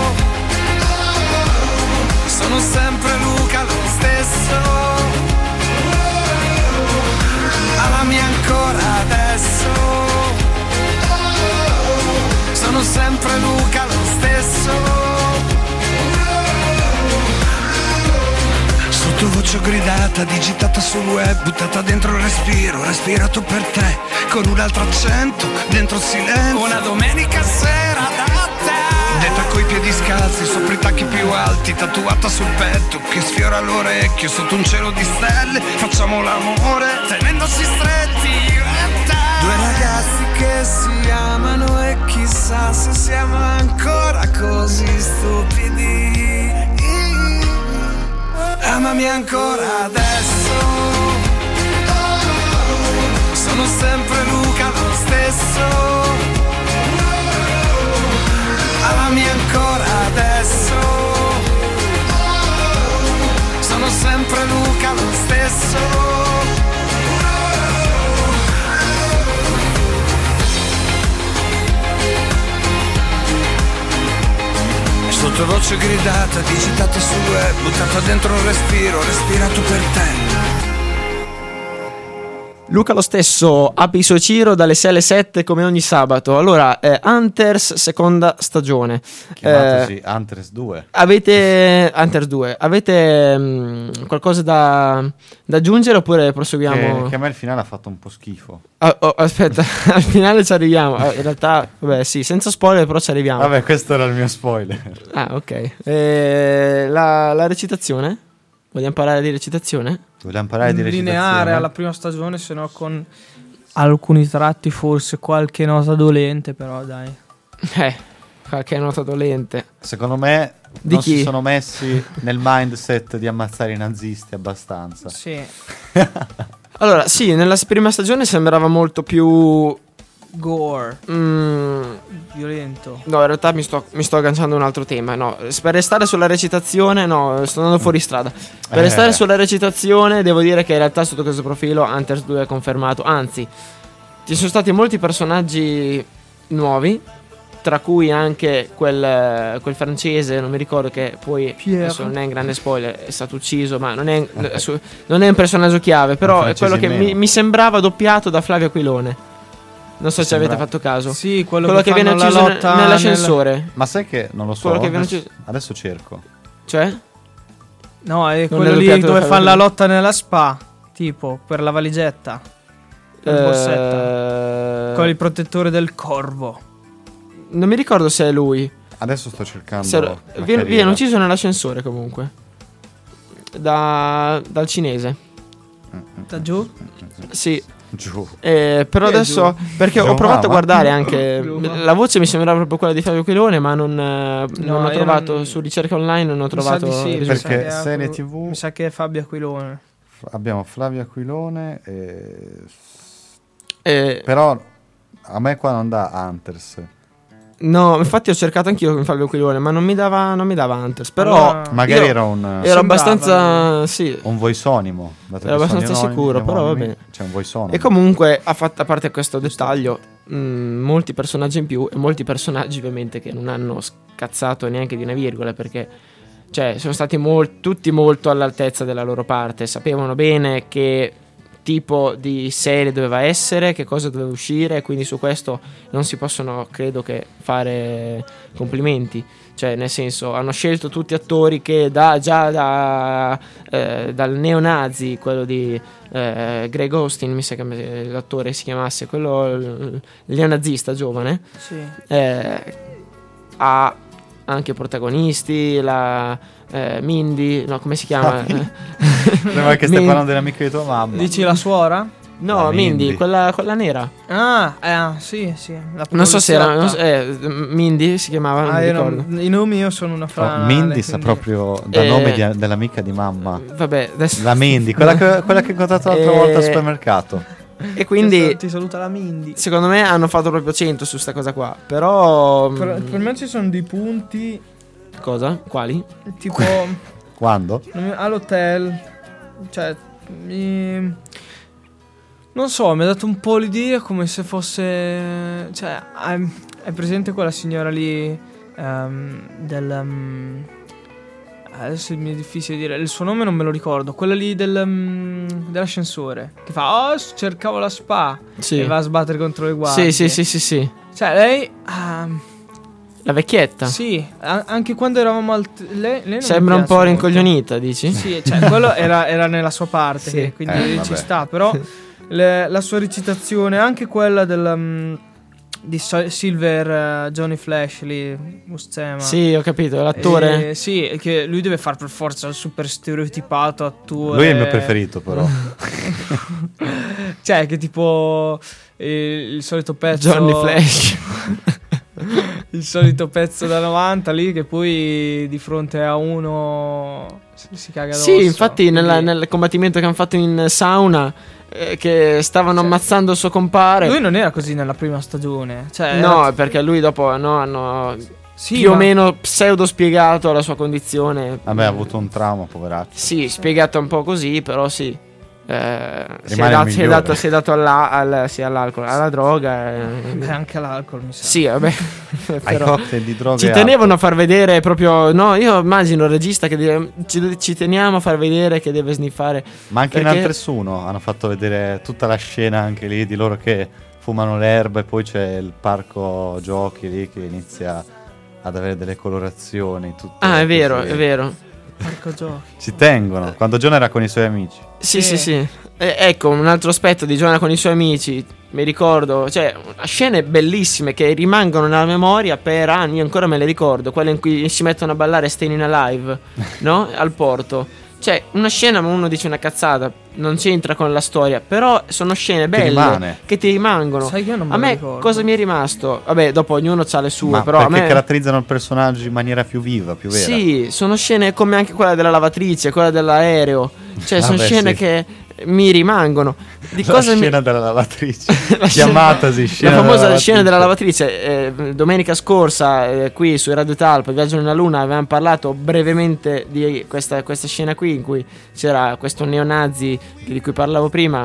sono sempre Luca lo stesso. Amami ancora adesso, sono sempre Luca lo stesso. Sottovoce gridata, digitata sul web, buttata dentro il respiro, respirato per te, con un altro accento, dentro il silenzio. Una domenica sera da te, detta coi piedi scalzi, sopra i tacchi più alti, tatuata sul petto, che sfiora l'orecchio, sotto un cielo di stelle, facciamo l'amore, tenendosi stretti io e te. Due ragazzi che si amano e chissà se siamo ancora così stupidi. Amami ancora adesso, sono sempre Luca lo stesso. Amami ancora adesso, sono sempre Luca lo stesso. Sottovoce gridata, digitata sul web, buttata dentro il respiro, respirato per te. Luca lo stesso, Api Sociro dalle sei alle sette come ogni sabato. Allora, eh, Hunters seconda stagione. Chiamatasi eh, Hunters due. Avete Hunters due, avete mh, qualcosa da, da aggiungere oppure proseguiamo? Che, che a me il finale ha fatto un po' schifo. Ah, oh, aspetta, al finale ci arriviamo. Ah, in realtà, vabbè, sì, senza spoiler, però ci arriviamo. Vabbè, questo era il mio spoiler. Ah, ok. Eh, la, la recitazione? Vogliamo parlare di recitazione? Vogliamo parlare di recitazione? Lineare alla prima stagione, se no con alcuni tratti forse qualche nota dolente, però dai. Eh, qualche nota dolente. Secondo me Di non chi? si sono messi nel mindset di ammazzare i nazisti abbastanza. Sì. Allora, sì, nella prima stagione sembrava molto più Gore, mm, violento. no, in realtà mi sto, mi sto agganciando a un altro tema. No, per restare sulla recitazione, no, sto andando fuori strada. Per Eh. restare sulla recitazione, devo dire che in realtà sotto questo profilo Hunters due è confermato. Anzi, ci sono stati molti personaggi nuovi, tra cui anche quel, quel francese, non mi ricordo, che poi Pierre. adesso non è un grande spoiler, è stato ucciso, ma non è, su- non è un personaggio chiave, però è francese quello che in mi, meno. mi sembrava doppiato da Flavio Aquilone. Non so se Sembra- avete fatto caso. Sì, quello, Quello che, viene fanno la ucciso ne- lotta nell'ascensore. Ma sai che non lo so. Quello che viene Adesso, ucciso- adesso cerco. Cioè? nel- No, è Non quello è lì doppiato da dove fanno Fabio la Lì. lotta nella spa, tipo per la valigetta, la borsetta, Eh, con il protettore del corvo. Non mi ricordo se è lui. Adesso sto cercando. Se- la viene, carriera. viene ucciso nell'ascensore comunque. Da, dal cinese. Da giù? Sì. Giù. Eh, però Che adesso, giù? perché ho Giù, provato a mamma. guardare anche Giù, mamma. la voce mi sembrava proprio quella di Fabio Quilone, ma non, eh, non ho io trovato non- su ricerca online, non ho Mi sa trovato di sì, mi risultati. sa Perché che è serie Aquil- tivù- Mi sa che è Fabio Aquilone. Abbiamo Flavio Aquilone, e... Eh, però a me qua non dà Hunters. no, infatti ho cercato anch'io con Fabio Quilone, ma non mi dava, non mi dava Hunters. Però Allora, Magari io era un, ero Sembrava, abbastanza, sì. un voiceonimo. dato Ero che sono abbastanza anonimi, sicuro, gli però omonimi, vabbè. C'è un voiceonimo. E comunque, a, fatt- a parte questo dettaglio, mh, molti personaggi in più e molti personaggi ovviamente che non hanno scazzato neanche di una virgola, perché cioè sono stati mol- tutti molto all'altezza della loro parte, sapevano bene che tipo di serie doveva essere, che cosa doveva uscire, quindi su questo non si possono, credo che, fare complimenti. Cioè, nel senso, hanno scelto tutti attori che da, già da, eh, dal neonazi, quello di eh, Greg Austin, mi sa che l'attore si chiamasse, quello il neonazista giovane, Sì. eh, ha anche protagonisti, la eh, Mindy, no, come si chiama? Sembra che stai Min- parlando dell'amico di tua mamma. Dici la suora? No, La Mindy, Mindy. quella, quella nera. Ah, eh, sì, sì. La Non so se era. non so- poliziotta. eh, Mindy si chiamava, non Ah, mi io ricordo. non- I nomi io sono una Oh, frana. Mindy sa proprio da Eh, nome di- dell'amica di mamma. Vabbè, adesso. La Mindy, quella che, quella che ho incontrato l'altra Eh, volta al supermercato. E quindi, Ti saluta la Mindy. secondo me, hanno fatto proprio cento su sta cosa qua. Però. Per, mm, per me ci sono dei punti Cosa? Quali? tipo Quando? non mi- all'hotel. Cioè, mi... non so, mi ha dato un po' l'idea come se fosse. Cioè, hai, hai presente quella signora lì ehm, del. ehm, adesso mi è difficile dire. Il suo nome non me lo ricordo. Quella lì del, ehm, dell'ascensore. Che fa. Oh, cercavo la spa. Sì. E va a sbattere contro le guardie. Sì, sì, sì, sì, sì. Cioè, lei. ah, La vecchietta. sì, a- anche quando eravamo al. t- lei, lei non Sembra mi un piace po' molto. rincoglionita, dici? Sì, cioè, quello era, era nella sua parte, Sì. che quindi Eh, ci vabbè. sta. Però le- la sua recitazione, anche quella del. mm, di So- Silver eh, Johnny Flash lì, Buscema. Sì, ho capito. L'attore. Eh, sì, che lui deve fare per forza il super stereotipato attore. Lui è il mio preferito, però. Cioè, che tipo eh, il solito pezzo. Johnny Flash. Il solito pezzo da novanta lì che poi di fronte a uno si, si caga addosso. Sì, infatti nella- Quindi nel combattimento che hanno fatto in sauna, eh, che stavano ammazzando il suo compare. lui non era così nella prima stagione. Cioè, No, era- perché lui dopo no, hanno sì, più o ma- meno pseudo spiegato la sua condizione. Vabbè, ha avuto un trauma, poveraccio. Sì, spiegata un po' così, però sì. Eh, si, è Rimane dato, il si, è migliore. dato, si è dato alla- al, sì, all'alcol, alla droga. eh. Beh, anche l'alcol mi sa. Sì, vabbè. Ai però cocktail di droga. ci e tenevano a far vedere proprio. No, io immagino il regista che dire, ci, ci teniamo a far vedere che deve sniffare. alcol. Ma anche perché- in Altressuno hanno fatto vedere tutta la scena anche lì di loro che fumano l'erba e poi c'è il parco giochi lì che inizia ad avere delle colorazioni. Tutte Ah, è vero, così. è vero. Porco giochi. Ci tengono. Quando John era con i suoi amici. Sì, Sì. sì, sì. E- ecco, un altro aspetto di Giovanna con i suoi amici, mi ricordo, cioè, scene bellissime che rimangono nella memoria per anni, io ancora me le ricordo, quelle in cui si mettono a ballare Staying Alive, no? Al porto. Cioè, una scena, ma uno dice una cazzata, non c'entra con la storia, però sono scene belle rimane. che ti rimangono. Sai che io non me A lo me ricordo. cosa mi è rimasto? Vabbè, dopo ognuno ha le sue, Ma però a perché me caratterizzano il personaggio in maniera più viva, più vera. sì, sono scene come anche quella della lavatrice, quella dell'aereo. Cioè, sono Vabbè, scene sì. che mi rimangono. Di La cosa mi- scena della lavatrice. La Chiamatasi scena la famosa della scena lavatrice. della lavatrice. eh, domenica scorsa, eh, qui su Radio Talpa, Viaggio nella Luna, avevamo parlato brevemente di questa, questa scena qui, in cui c'era questo neonazi di cui parlavo prima,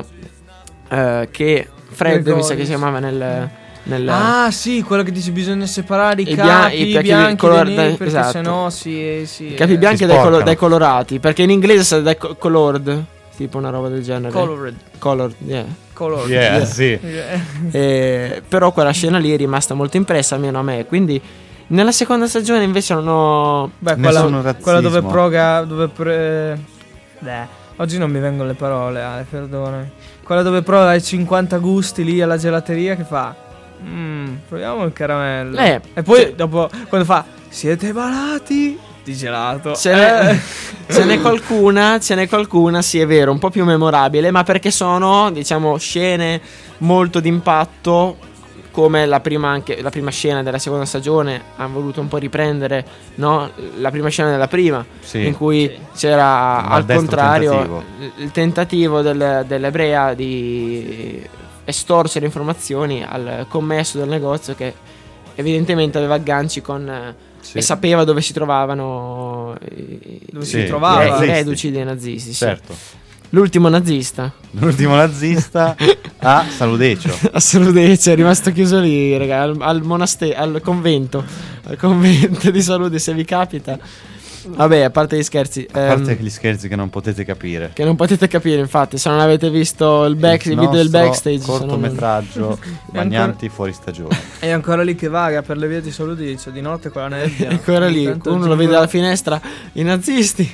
eh, che Fred mi sa Gregorius. che si chiamava nel. nel Ah, sì, quello che dice bisogna separare i, I bia- capi i piacchi bianchi color- dai neri, dai- perché esatto. sennò si, si i capi eh, bianchi si dai, colo- sporcano. dai colorati, perché in inglese sa dai co- colored, tipo una roba del genere. Colored. Colored, yeah. Colored. Yeah, Yeah. sì. Eh, Eh, però quella scena lì è rimasta molto impressa, almeno a me. Quindi nella seconda stagione invece non ho. Beh, Nessun quella, razzismo. quella dove proga. Dove pre... Beh, oggi non mi vengono le parole, Ale, perdonami. Quella dove prova i cinquanta gusti lì alla gelateria che fa. Mmm, proviamo il caramello. Eh, e poi cioè- dopo, quando fa. Siete malati? di gelato. Ce n'è, ce n'è qualcuna, ce n'è qualcuna, sì è vero, un po' più memorabile, ma perché sono, diciamo, scene molto d'impatto, come la prima, anche, la prima scena della seconda stagione. Hanno voluto un po' riprendere, no? La prima scena della prima, Sì. in cui Sì. c'era Un al maldestro contrario tentativo. il tentativo del, dell'ebrea di estorsere informazioni al commesso del negozio, che evidentemente aveva agganci con eh, Sì. e sapeva dove si trovavano i, Dove Sì, si trovava? i nazisti. reduci dei nazisti, sì. Certo. L'ultimo nazista L'ultimo nazista a Saludecio. a Saludece è rimasto chiuso lì, raga, al, al monastero, al convento, al convento di Salude, se vi capita. Vabbè, a parte gli scherzi, A parte ehm, gli scherzi che non potete capire. che non potete capire, infatti, se non avete visto il, back, il video del nostro backstage, se non- cortometraggio Bagnanti fuori stagione. È ancora lì che vaga per le vie di Saludicio di notte con la nebbia. è ancora lì, Intanto uno lo giuro- vede dalla finestra, i nazisti.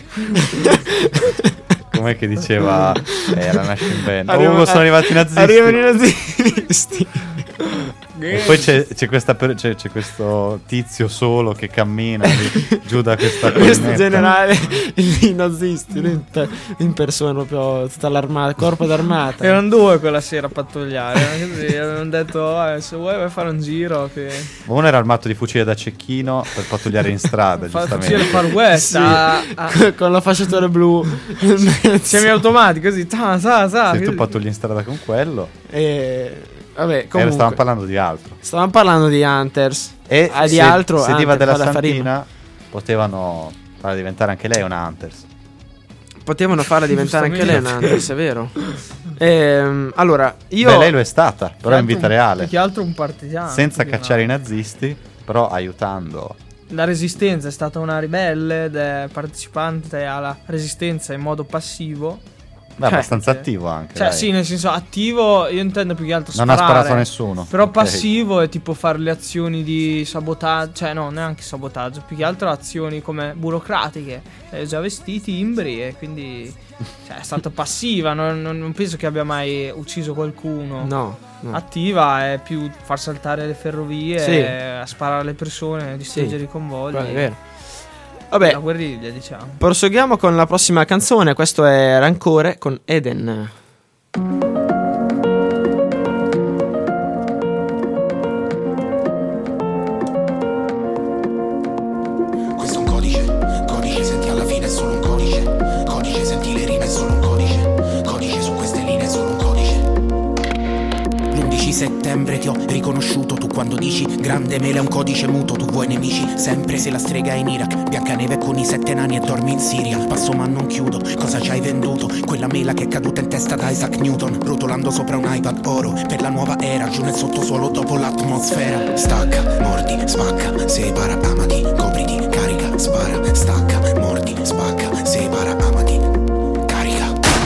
Com'è che diceva eh, la Nashville Band? Arriva- Oh, sono arrivati i nazisti. Arrivano i nazisti. E poi c'è, c'è, questa per- c'è, c'è questo tizio solo che cammina lì, giù da questa Questo collinetta. generale, i nazisti, lui in, pe- in persona, proprio tutta l'armata, corpo d'armata. Erano due quella sera a pattugliare. eh, Così avevano detto: "Eh, se vuoi vai a fare un giro. Che Uno era armato di fucile da cecchino per pattugliare in strada, fa giustamente. il Far West. Sì. a- a- Con- con la fasciatura blu. Semiautomatico così. Ta, ta, ta, Se tu così. pattugli in strada con quello. E vabbè, E comunque stavamo parlando di altro. stavamo parlando di Hunters. E Ah, di se, altro, se Hunter, Diva della fa la farina. Santina potevano farla diventare anche lei una Hunters. Potevano farla diventare anche lei Giustamente. un Hunters, è vero. Ehm, allora, io Beh, lei lo è stata, però in Più vita che altro un- reale. più che altro un partigiano. Senza più che cacciare i una- nazisti, però aiutando. La resistenza è stata una ribelle ed è partecipante alla resistenza in modo passivo. Beh, Cioè, abbastanza che- attivo anche. Cioè, dai. sì, nel senso attivo, io intendo più che altro Non ha sparare. sparato a nessuno. Però Ok. passivo è tipo fare le azioni di sabotaggio, cioè no, neanche sabotaggio, più che altro azioni come burocratiche. È già vestiti, timbri e quindi cioè, è stata passiva, non, non- non penso che abbia mai ucciso qualcuno. no, no. Attiva è più far saltare le ferrovie, Sì. eh, sparare alle persone, distruggere Sì, i convogli. quello è vero. La Vabbè, guerriglia, diciamo. proseguiamo con la prossima canzone. Questo è Rancore con Eden. Questo è un codice, codice senti alla fine è solo un codice, codice senti le rime è solo un codice, codice su queste linee è solo un codice. L'undici settembre ti ho riconosciuto, tu quando dici grande mele è un codice muto, tu vuoi nemici sempre se la strega è in Iraq, Biancaneve con i sette nani e dormi in Siria, passo ma non chiudo, cosa ci hai venduto? Quella mela che è caduta in testa da Isaac Newton, rotolando sopra un iPad oro, per la nuova era, giù nel sottosuolo dopo l'atmosfera. Stacca, mordi, spacca, separa, amati, copriti, carica, spara, stacca, mordi, spacca, separa, amati, carica.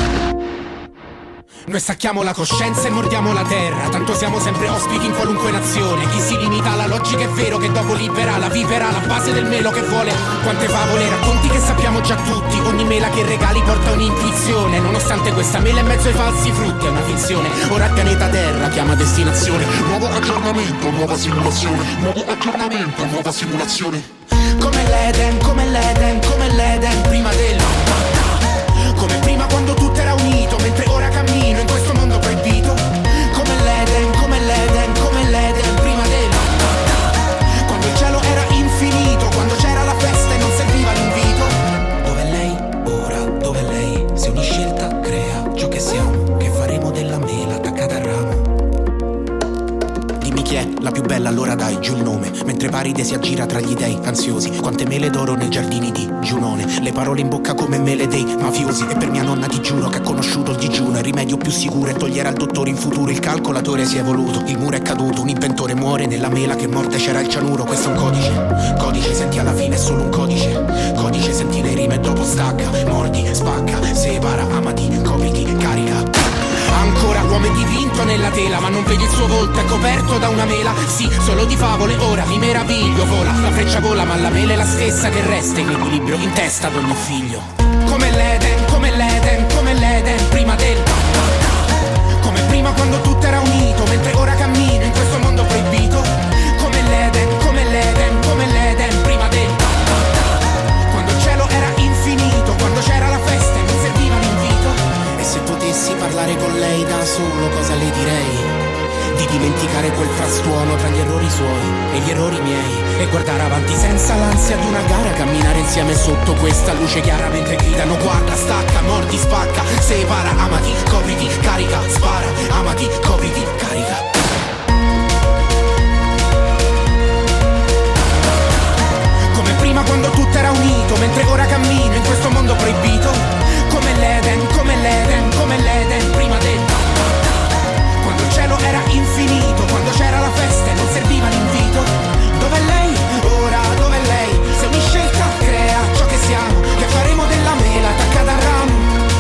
Noi stacchiamo la coscienza e mordiamo la terra, tanto siamo sempre ospiti in qualunque nazione. Chi si limita alla logica è vero che dopo libera la vipera, la base del melo che vuole. Quante favole, racconti che sappiamo già tutti, ogni mela che regali porta un'intuizione. Nonostante questa mela in mezzo ai falsi frutti è una finzione, ora il pianeta Terra chiama destinazione. Nuovo aggiornamento, nuova simulazione, nuovo aggiornamento, nuova simulazione. Come l'Eden, come l'Eden, come l'Eden prima del come prima quando tutto era unito, mentre ora cammino in questo mondo proibito. Come l'Eden, come l'Eden, come l'Eden prima del quando il cielo era infinito, quando c'era la festa e non serviva l'invito. Dov'è lei? Ora, dov'è lei? Se ogni scelta crea ciò che siamo, che faremo della mela attaccata al ramo. Dimmi chi è la più bella, allora dai giù il nome, mentre Paride si aggira tra gli dei ansiosi. Quante mele d'oro nei giardini di Giunone, le parole in bocca come mele dei mafiosi. E per mia nonna ti giuro che ha conosciuto il digiuno, il rimedio più sicuro è togliere al dottore in futuro. Il calcolatore si è evoluto, il muro è caduto, un inventore muore, nella mela che morte c'era il cianuro. Questo è un codice, codice senti alla fine è solo un codice, codice senti le rime e dopo stacca, mordi, spacca, separa, amati, copriti, carica. Ancora l'uomo è dipinto nella tela, ma non vedi il suo volto, è coperto da una mela. Sì, solo di favole, ora mi meraviglio. Vola, la freccia vola, ma la mela è la stessa che resta in equilibrio in testa ad ogni figlio. Come l'Eden, come l'Eden, come l'Eden prima del come prima quando tutto era unito, mentre ora cammino in questo mondo proibito. Come l'Eden, come l'Eden, come l'Eden prima del dimenticare quel frastuono tra gli errori suoi e gli errori miei, e guardare avanti senza l'ansia di una gara, camminare insieme sotto questa luce chiara mentre gridano guarda, stacca, mordi, spacca, separa, amati, copriti, carica, spara, amati, copriti, carica. Come prima quando tutto era unito, mentre ora cammino in questo mondo proibito, come l'Eden, come l'Eden, come l'Eden prima del quando il cielo era infinito, quando c'era la festa e non serviva l'invito. Dov'è lei? Ora dov'è lei? Se ogni scelta crea ciò che siamo, che faremo della mela attaccata al ramo.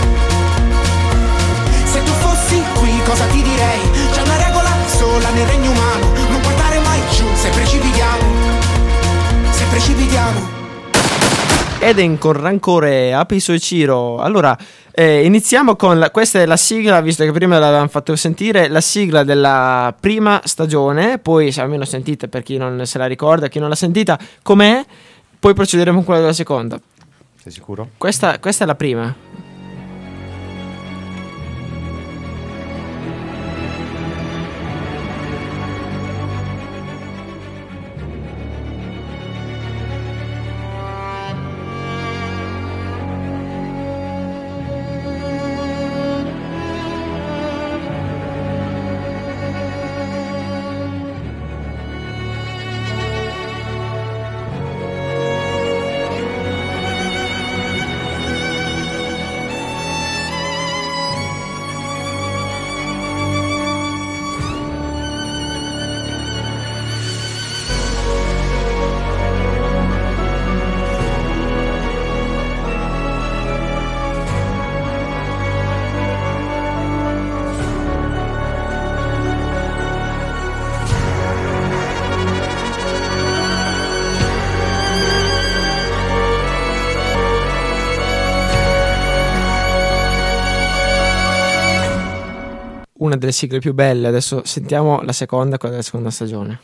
Se tu fossi qui cosa ti direi? C'è una regola sola nel regno umano, non guardare mai giù se precipitiamo, se precipitiamo. Eden con Rancore, Apis e Ciro. Allora, eh, iniziamo con la, questa è la sigla, visto che prima l'avevamo fatto sentire, la sigla della prima stagione, poi se almeno sentite per chi non se la ricorda, chi non l'ha sentita, com'è, poi procederemo con quella della seconda. Sei sicuro? Questa, questa è la prima. Una delle sigle più belle. Adesso sentiamo la seconda, quella della seconda stagione.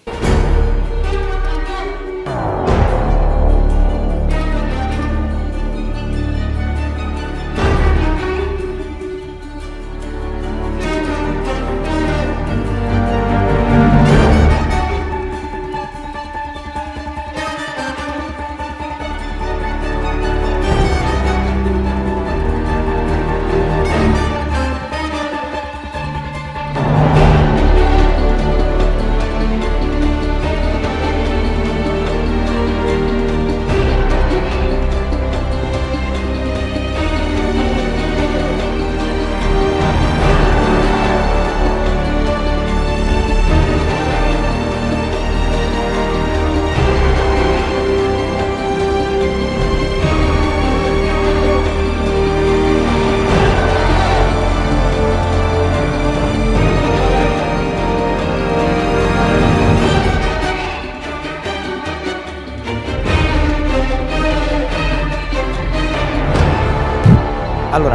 Allora,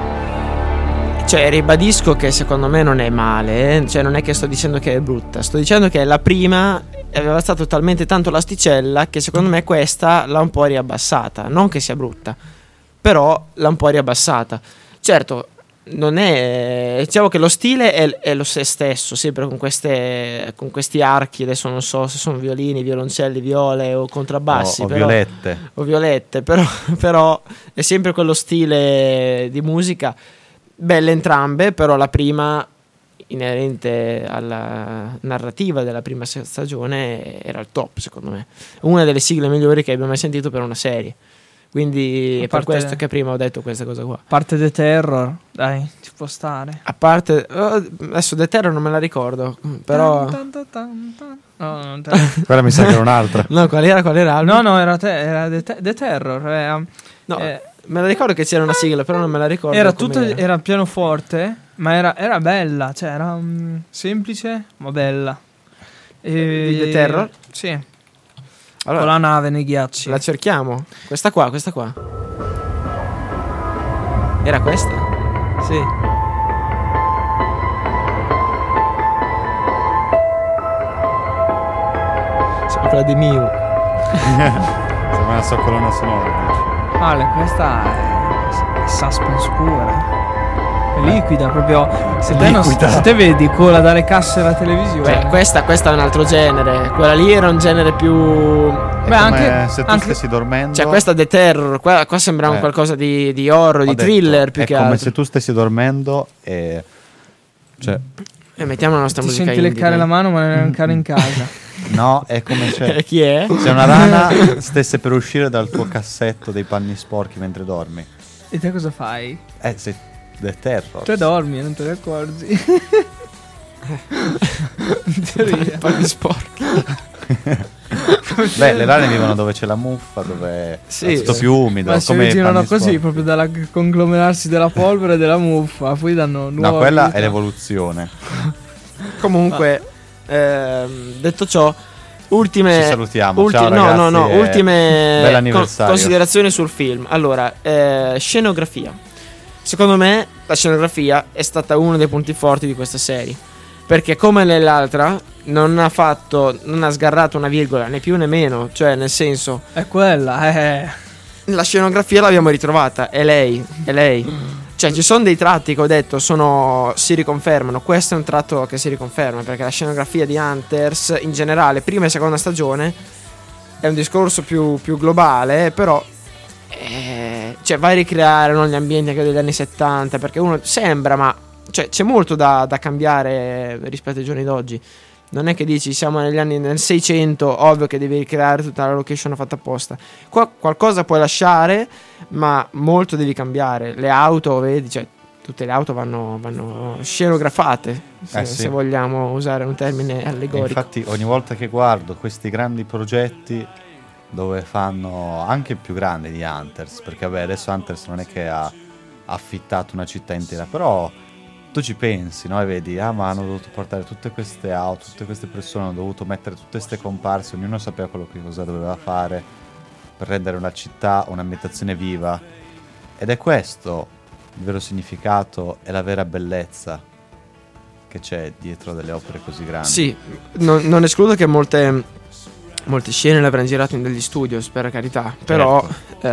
cioè ribadisco che secondo me non è male, eh? Cioè non è che sto dicendo che è brutta, sto dicendo che la prima aveva stato talmente tanto l'asticella che secondo me questa l'ha un po' riabbassata, non che sia brutta, però l'ha un po' riabbassata. Certo, non è, diciamo che lo stile è, è lo stesso, sempre con queste con questi archi, adesso non so se sono violini, violoncelli, viole o contrabbassi, o, o però, violette o violette però, però è sempre quello stile di musica. Belle entrambe, però la prima, inerente alla narrativa della prima stagione, era il top secondo me, una delle sigle migliori che abbia mai sentito per una serie. Quindi è per questo che prima ho detto questa cosa qua. A parte The Terror, dai, ci può stare. A parte oh, adesso The Terror non me la ricordo, però tan, tan, tan, tan. No, non te... quella mi sa che era un'altra. No, qual era qual era? No, no, era, te, era The, te- The Terror. Era, no, eh, me la ricordo che c'era una sigla, però non me la ricordo. Era tutto era. era pianoforte, ma era, era bella, cioè era um, semplice, ma bella. E, di The Terror? Sì. Allora, con la nave nei ghiacci. La cerchiamo? Questa qua, questa qua. Era questa? Sì. Sembra quella di Mew. Sembra una sua colonna sonora. Vale, questa è suspense pura. È liquida proprio. Se te, non, Liquida. se te vedi cola dalle casse della televisione. Beh, questa, questa è un altro genere. Quella lì era un genere più. È Beh, come anche- se tu anche- stessi dormendo. Cioè, questa è The Terror. Qua, qua sembra un Eh. qualcosa di, di horror, Ho di detto, thriller più è che come altro. se tu stessi dormendo e cioè E mettiamo la nostra Ti musica senti indie, leccare dai. la mano ma non è leccare in casa. no, è come Eh, se chi è? se una rana stesse per uscire dal tuo cassetto dei panni sporchi mentre dormi. E te cosa fai? Eh, sei The Terror. Te dormi e non te ne accorgi. In teoria. Panni sporchi. Beh, le rane vivono dove c'è la muffa, dove Sì. è tutto più umido. Ma si come i originano panni così, sporchi. proprio dal conglomerarsi della polvere e della muffa. Poi danno nuova No, quella vita. è l'evoluzione. Comunque, ehm, detto ciò, ultime. Ci salutiamo. ulti- Ciao, no, ragazzi, no, no, e ultime con- bell'anniversario. considerazioni sul film. Allora, eh, scenografia. Secondo me, la scenografia è stata uno dei punti forti di questa serie. Perché, come nell'altra, non ha fatto, non ha sgarrato una virgola, né più né meno. Cioè, nel senso, È quella, eh. la scenografia l'abbiamo ritrovata. È lei, è lei. Cioè, ci sono dei tratti che ho detto sono, si riconfermano. Questo è un tratto che si riconferma, perché la scenografia di Hunters in generale, prima e seconda stagione, è un discorso più, più globale. Però eh, cioè, vai a ricreare, no, gli ambienti anche degli anni settanta, perché uno sembra, ma cioè, c'è molto da, da cambiare rispetto ai giorni d'oggi. Non è che dici siamo negli anni nel seicento, ovvio che devi ricreare tutta la location fatta apposta. Qua qualcosa puoi lasciare, ma molto devi cambiare. Le auto, vedi, cioè tutte le auto vanno, vanno scenografate, se, Eh sì. se vogliamo usare un termine E allegorico. infatti ogni volta che guardo questi grandi progetti dove fanno anche più grandi di Hunters, perché vabbè adesso Hunters non è che ha affittato una città intera, però tu ci pensi, no? E vedi, ah ma hanno dovuto portare tutte queste auto, tutte queste persone, hanno dovuto mettere tutte queste comparse, ognuno sapeva quello che cosa doveva fare per rendere una città, un'ambientazione viva. Ed è questo il vero significato e la vera bellezza che c'è dietro delle opere così grandi. Sì, non, non escludo che molte, molte scene le avranno girato in degli studios, per carità, però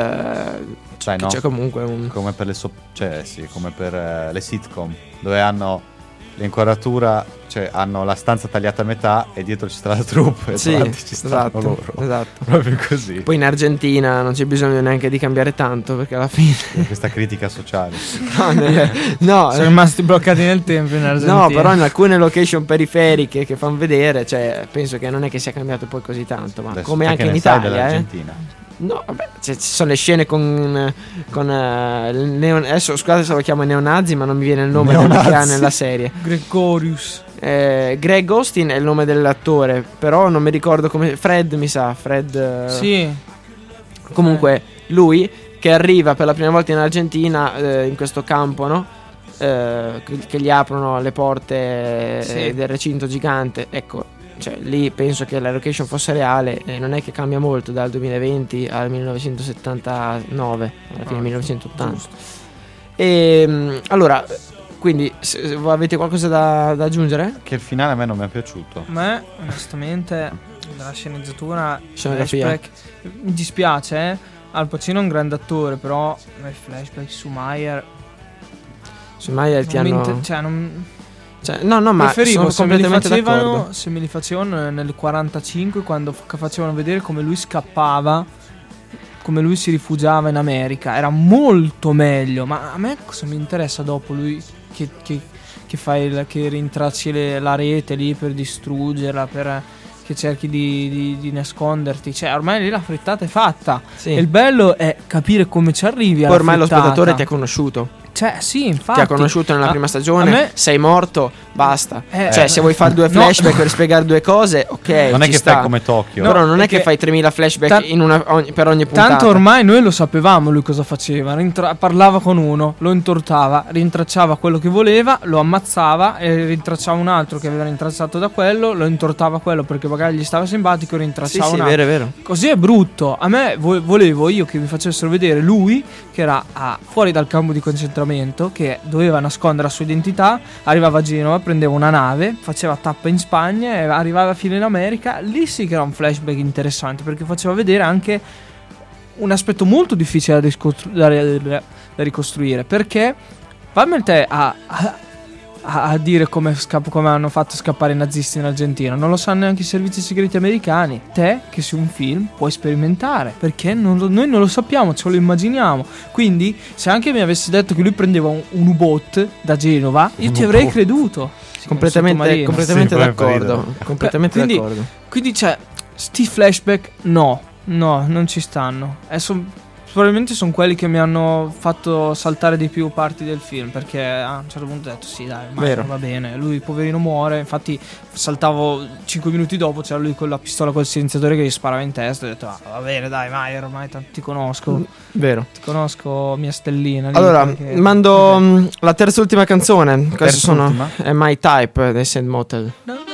eh, Sai, no? c'è comunque un... Come per le so- cioè, sì, come per eh, le sitcom, dove hanno l'inquadratura, cioè hanno la stanza tagliata a metà e dietro ci sta la troupe e Sì, davanti ci stanno esatto, loro. esatto. Proprio così. Poi in Argentina non c'è bisogno neanche di cambiare tanto, perché alla fine Questa critica sociale. no, nelle- no, Sono rimasti bloccati nel tempo in Argentina. no, però in alcune location periferiche che fanno vedere, cioè penso che non è che sia cambiato poi così tanto, ma Adesso come te anche che in ne sai Italia, eh. dell'Argentina? No, vabbè, cioè, ci sono le scene con, con eh, il neo- adesso scusate se lo chiamo neonazi, ma non mi viene il nome del Neonazi. che ha nella serie. Gregorius. Eh, Greg Austin è il nome dell'attore, però non mi ricordo come. Fred, mi sa. Fred. eh, Sì. Comunque, lui che arriva per la prima volta in Argentina, eh, in questo campo, no? Eh, che, che gli aprono le porte eh, Sì. del recinto gigante. Ecco, cioè lì penso che la location fosse reale e non è che cambia molto dal duemilaventi al millenovecentosettantanove, alla fine Ah, millenovecentottanta. E mh, allora, quindi se, se avete qualcosa da, da aggiungere? Che il finale a me non mi è piaciuto. A me, onestamente, della sceneggiatura, Scenografia. flashback, mi dispiace, eh. Al Pacino è un grande attore, però il flashback su Meyer Su Maya ti non mi hanno. inter- cioè, non, Cioè, no, no, ma preferivo sono se me li completamente facevano, d'accordo. se me li facevano nel quarantacinque, quando f- facevano vedere come lui scappava, come lui si rifugiava in America, era molto meglio. Ma a me cosa mi interessa dopo lui che, che, che fai il- che rintracci le- la rete lì per distruggerla, per che cerchi di, di, di nasconderti. Cioè, ormai lì la frittata è fatta. Sì. E il bello è capire come ci arrivi Poi alla ormai lo frittata. spettatore ti ha conosciuto. Cioè, sì, infatti. Ti ha conosciuto nella A- prima a stagione. me- Sei morto, basta. Eh, cioè, eh, se vuoi fare due no. flashback per spiegare due cose, ok. non è ci che sta. fai come Tokyo. No, Però non è che perché- fai tremila flashback Tan- in una, ogni- per ogni puntata. Tanto ormai noi lo sapevamo lui cosa faceva. Rintra- parlava con uno, lo intortava, rintracciava quello che voleva, lo ammazzava e rintracciava un altro che aveva rintracciato da quello, lo intortava quello perché magari gli stava simpatico, Sì, rintracciava sì, un è altro. vero, è vero. Così è brutto. A me vo- volevo io che mi facessero vedere lui che era a- fuori dal campo di concentramento, che doveva nascondere la sua identità, arrivava a Genova, prendeva una nave, faceva tappa in Spagna e arrivava fino in America. Lì sì che era un flashback interessante perché faceva vedere anche un aspetto molto difficile da, riscostru- da, da- da ricostruire, perché fammi te a, a, a dire come, scapp- come hanno fatto scappare i nazisti in Argentina. Non lo sanno neanche i servizi segreti americani. Te, che su un film puoi sperimentare, perché non lo- noi non lo sappiamo, ce lo immaginiamo. Quindi, se anche mi avessi detto che lui prendeva un, un U-boot da Genova, io Un ti avrei U-boot. creduto. Completamente, Sottomarino. completamente Sì, poi d'accordo. fa Completamente quindi, d'accordo. Quindi c'è sti flashback, no, no, non ci stanno. E son- probabilmente sono quelli che mi hanno fatto saltare di più parti del film, perché a un certo punto ho detto sì dai, ma Vero. va bene, lui poverino muore. Infatti saltavo cinque minuti dopo, c'era lui con la pistola col silenziatore che gli sparava in testa. E ho detto ah, va bene dai, mai ormai tanto ti conosco, Vero. ti conosco mia stellina lì, Allora, perché- mando vabbè. mh, la terza e ultima canzone. Queste sono ultima? è My Type dei Saint Motel.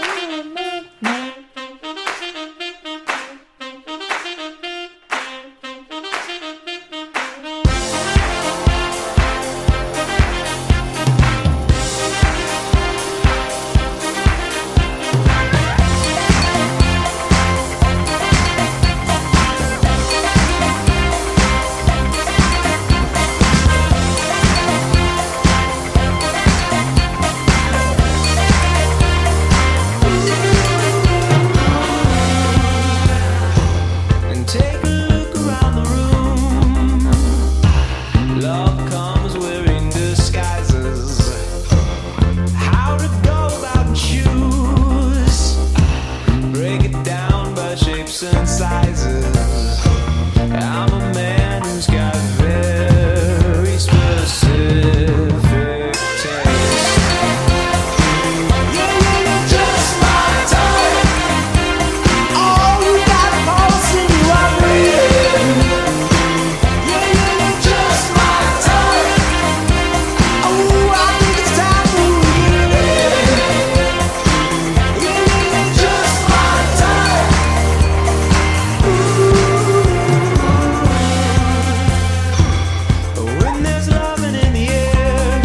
And take a look around the room. Love comes wearing disguises. How to go about and choose. Break it down by shapes and sizes. I'm a man who's got very specific taste. You're just my type. Oh, you got a pulse in you, I breathe. Yeah, you're just my type. Oh, I think it's time for you. Yeah, you're just my type. Ooh. When there's loving in the air,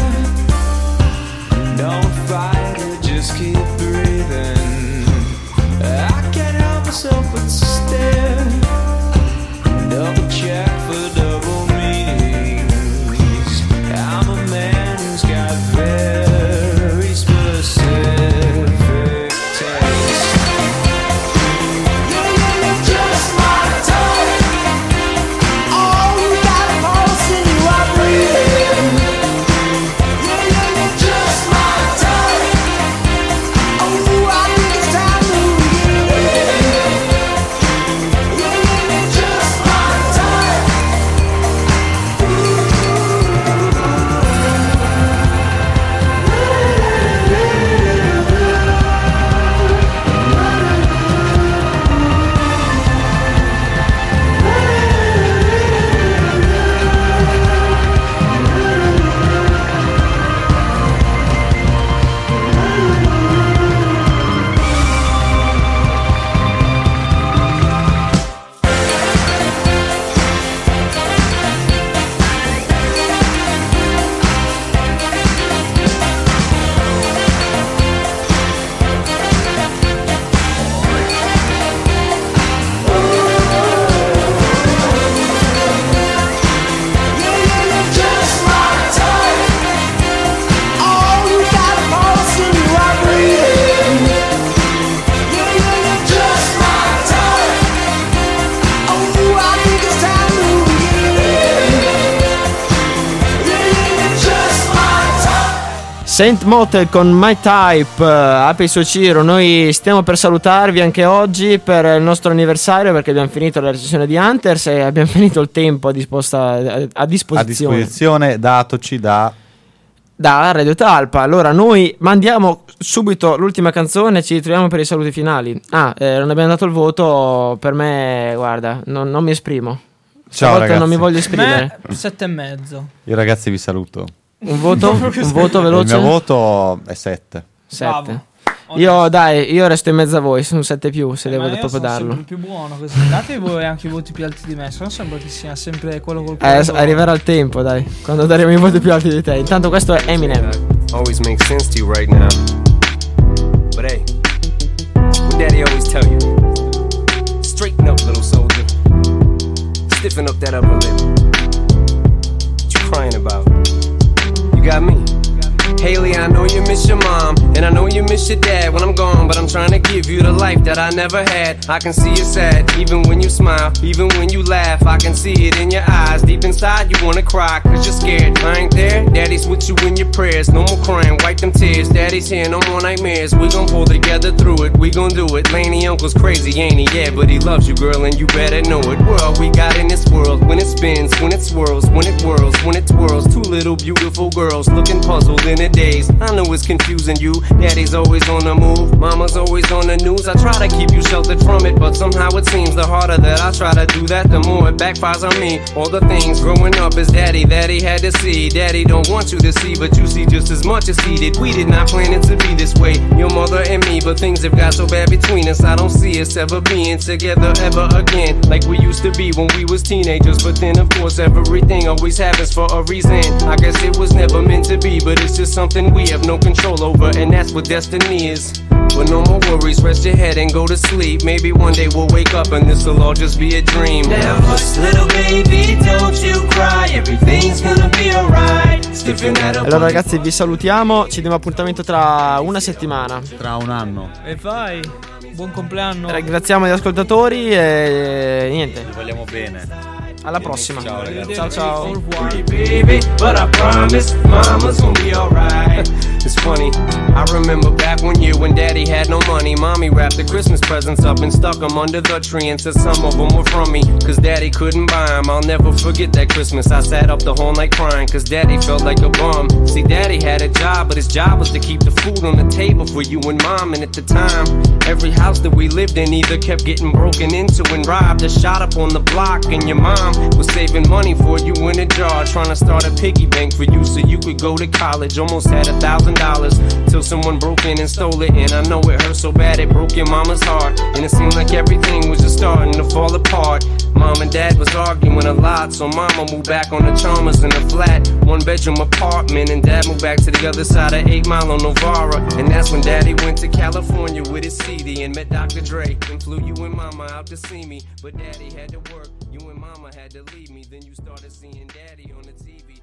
don't fight it, just keep breathing. I can't help myself but to stare. Double check for double meanings. I'm a man who's got very specific taste. Yeah, you're just my type. Oh, you got a pulse in you, I breathe. Yeah, you're just my type. Oh, I think it's time to begin. Yeah, you're just my type. Yeah, you're just my type. Oh, you got a pulse in you, I breathe. Yeah, you're just my type. Oh, I think it's time to begin. Yeah, you're just my type. Saint Motel con My Type. Apri il suo Ciro. Noi stiamo per salutarvi anche oggi per il nostro anniversario, perché abbiamo finito la recensione di Hunters e abbiamo finito il tempo a, disposta, a A disposizione disposizione datoci da da Radio Talpa. Allora noi mandiamo subito l'ultima canzone, ci ritroviamo per i saluti finali. Ah, eh, non abbiamo dato il voto. Per me, guarda, non, non mi esprimo. Ciao Stavolta ragazzi. non mi voglio esprimere. Me sette e mezzo. Io ragazzi vi saluto. Un voto? Un voto Il veloce? mio voto è sette. Sette. Bravo. Io dai, io resto in mezzo a voi, sono sette più se Eh, devo ma io proprio sono darlo. sempre più buono così. Date voi anche i voti più alti di me. Se no sembra che sia sempre quello col Eh, culo. arriverà il tempo, dai, quando daremo i voti più alti di te. Intanto questo è Eminem. Always makes sense to you right now. But hey, what daddy always tell you? Straighten up, little soldier. Stiffen up that upper lip. What you crying about? You got me. Haley, I know you miss your mom, and I know you miss your dad when I'm gone, but I'm trying to give you the life that I never had. I can see you sad, even when you smile, even when you laugh. I can see it in your eyes, deep inside you wanna cry, cause you're scared. I ain't there, daddy's with you in your prayers. No more crying, wipe them tears, daddy's here, no more nightmares. We gon' pull together through it, we gon' do it. Laney uncle's crazy, ain't he? Yeah, but he loves you, girl, and you better know it. World we got in this world, when it spins, when it swirls, when it whirls, when it twirls. Two little beautiful girls looking puzzled in a daze. I know it's confusing you, daddy's always on the move, mama's always on the news. I try to keep you sheltered from it, but somehow it seems the harder that I try to do that, the more it backfires on me. All the things growing up as daddy that he had to see, daddy don't want you to see, but you see just as much as he did. We did not plan it to be this way, your mother and me, but things have got so bad between us, I don't see us ever being together ever again, like we used to be when we was teenagers. But then of course everything always happens for a reason. I guess it was never meant to be, but it's just something we have no control over, and that's what destiny is. But no more worries, rest your head and go to sleep. Maybe one day we'll wake up and this'll all just be a dream. Now hush little baby, don't you cry, everything's gonna be alright. Stiffen that up. Allora ragazzi, vi salutiamo, ci diamo appuntamento tra una settimana. Tra un anno. E vai, buon compleanno. Ringraziamo gli ascoltatori e niente. Vi vogliamo bene. Alla prossima. Ciao ragazzi. Ciao ciao. Baby, but I promise mama's gonna be alright. It's funny, I remember back one year when daddy had no money. Mommy wrapped the Christmas presents up and stuck them under the tree and said some of them were from me, cause daddy couldn't buy them. I'll never forget that Christmas, I sat up the whole night crying, cause daddy felt like a bum. See, daddy had a job, but his job was to keep the food on the table for you and mom. And at the time, every house that we lived in either kept getting broken into and robbed or shot up on the block. And your mom was saving money for you in a jar, trying to start a piggy bank for you so you could go to college. Almost had a thousand dollars till someone broke in and stole it. And I know it hurt so bad it broke your mama's heart, and it seemed like everything was just starting to fall apart. Mom and dad was arguing a lot, so mama moved back on the Chalmers in a flat one bedroom apartment, and dad moved back to the other side of eight Mile on Novara. And that's when daddy went to California with his C D and met Doctor Dre, and flew you and mama out to see me. But daddy had to work, you and mama had to leave me. Then you started seeing daddy on the T V.